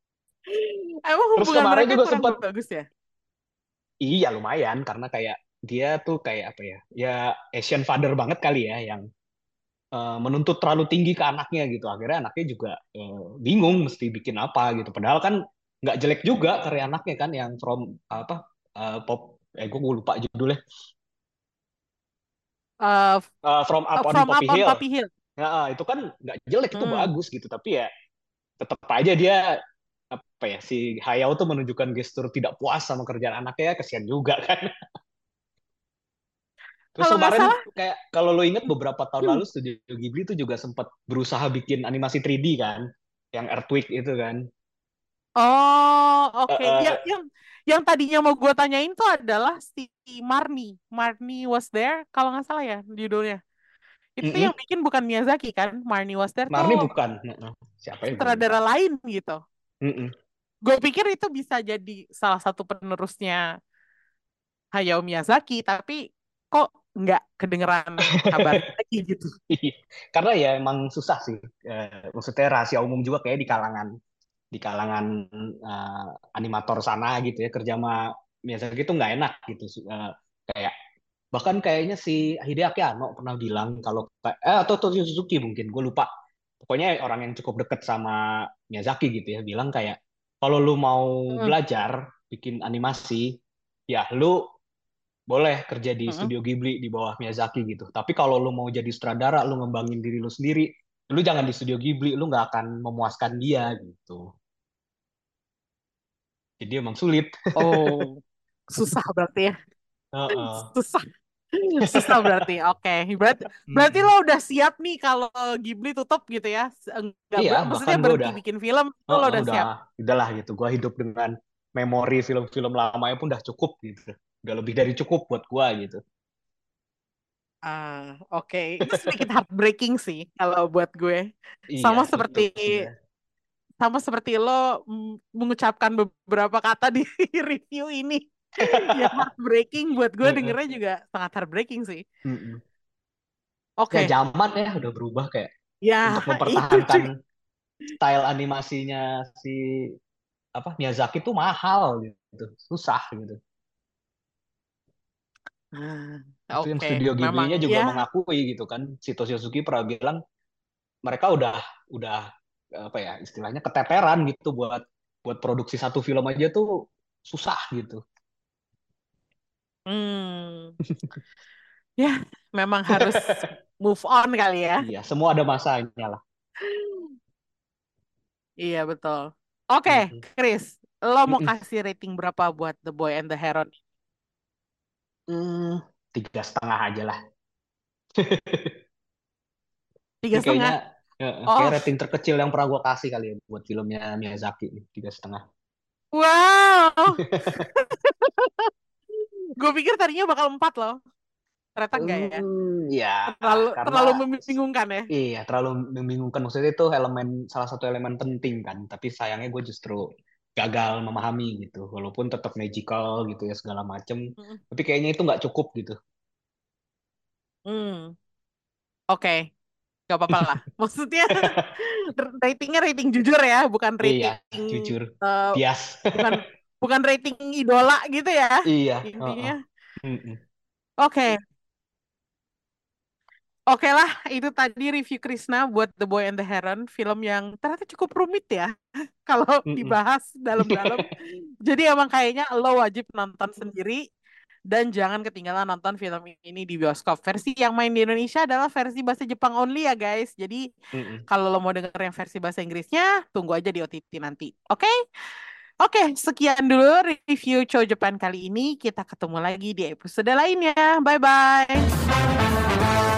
Emang Terus hubungan kemarin mereka juga kurang sempat, bagus ya? iya lumayan karena kayak dia tuh kayak apa ya, ya Asian father banget kali ya, yang menuntut terlalu tinggi ke anaknya gitu. Akhirnya anaknya juga bingung mesti bikin apa gitu. Padahal kan nggak jelek juga karya anaknya kan, yang from apa pop, gue lupa judulnya. Uh, From Up on from Poppy Up on Hill. Poppy Hill. Nah, itu kan nggak jelek, itu Hmm. bagus gitu. Tapi ya tetap aja dia apa ya, si Hayao tuh menunjukkan gestur tidak puas sama kerjaan anaknya, kasihan juga kan. Terus Kalau nggak kemarin salah, kayak kalau lo inget beberapa tahun lalu Studio Ghibli tuh juga sempat berusaha bikin animasi 3D kan, yang Earthquake itu kan. oh, Eh, oke. eh, Yang tadinya mau gue tanyain tuh adalah si Marnie. Marnie was there, kalau nggak salah ya judulnya. Itu tuh yang mm-mm. bikin bukan Miyazaki kan? Marnie was there tuh Marni bukan. Siapa ya gue lupa. sutradara lain gitu. Mm-mm. Gue pikir itu bisa jadi salah satu penerusnya Hayao Miyazaki, tapi kok nggak kedengeran kabarnya lagi gitu. Iya. Karena ya emang susah sih. Maksudnya rahasia umum juga kayak di kalangan eh, animator sana gitu ya, kerja sama Miyazaki itu nggak enak gitu. Kayak bahkan kayaknya si Hideaki Anno pernah bilang kalau atau Toshio Suzuki mungkin gue lupa. Pokoknya orang yang cukup deket sama Miyazaki gitu ya bilang kayak kalau lu mau Mm, belajar bikin animasi ya lu boleh kerja di mm. studio Ghibli di bawah Miyazaki gitu. Tapi kalau lu mau jadi sutradara, lu ngembangin diri lu sendiri, lu jangan di studio Ghibli, lu nggak akan memuaskan dia gitu. Jadi emang sulit. Oh, susah berarti ya. Heeh. Susah. Susah berarti. Oke. Berarti berarti Mm-mm. lo udah siap nih kalau Ghibli tutup gitu ya. Enggak Iya, bahkan maksudnya gue berhenti udah, bikin film itu lo heeh, udah udah, siap. udahlah gitu. Gue hidup dengan memori film-film lamanya pun udah cukup gitu. Udah lebih dari cukup buat gue gitu. Oke. Itu sedikit heartbreaking sih kalau buat gue. Iya, Sama seperti betul sebenarnya. sama seperti lo mengucapkan beberapa kata di review ini yang heartbreaking buat gue Heeh. dengernya juga sangat heartbreaking sih. Mm-mm. Ya Oke. zaman ya udah berubah kayak Ya, untuk itu mempertahankan juga. style animasinya si apa Miyazaki tuh mahal gitu, susah gitu. Itu yang Oke, studio memang Ghibli-nya juga ya. mengakui gitu kan. Si Toshio Suzuki pernah bilang mereka udah apa ya istilahnya keteteran gitu buat buat produksi satu film aja tuh susah gitu. Hmm, ya, memang harus move on kali ya. Iya, semua ada masanya lah. Iya, betul. Oke, Mm-mm. Chris, lo mau Mm-mm. kasih rating berapa buat The Boy and the Heron? Hmm, 3,5 aja lah. Ini Tiga kayaknya setengah. kayak Oh, rating terkecil yang pernah gue kasih kali ya buat filmnya Miyazaki nih 3,5. wow. Gue pikir tadinya bakal 4 loh. Ternyata enggak ya. Ya Terlalu karena terlalu membingungkan ya. iya terlalu membingungkan maksudnya itu salah satu elemen penting kan. Tapi sayangnya gue justru gagal memahami gitu. Walaupun tetap magical gitu ya segala macem. Mm, Tapi kayaknya itu nggak cukup gitu. Hmm, oke, gak apa-apa lah. Maksudnya ratingnya rating jujur ya, bukan Iya, rating jujur eh, bias. bukan bukan rating idola gitu ya Iya. intinya. Heeh. Mm-mm. Oke, oke lah, itu tadi review Krisna buat The Boy and the Heron, film yang ternyata cukup rumit ya kalau Mm-mm. dibahas dalam-dalam. Jadi emang kayaknya lo wajib nonton sendiri dan jangan ketinggalan nonton film ini di bioskop. Versi yang main di Indonesia adalah versi bahasa Jepang only ya guys. Jadi Mm-mm. kalau lo mau denger yang versi bahasa Inggrisnya, tunggu aja di OTT nanti. Oke? Oke, sekian dulu review Chow Japan kali ini. Kita ketemu lagi di episode lainnya. Bye-bye.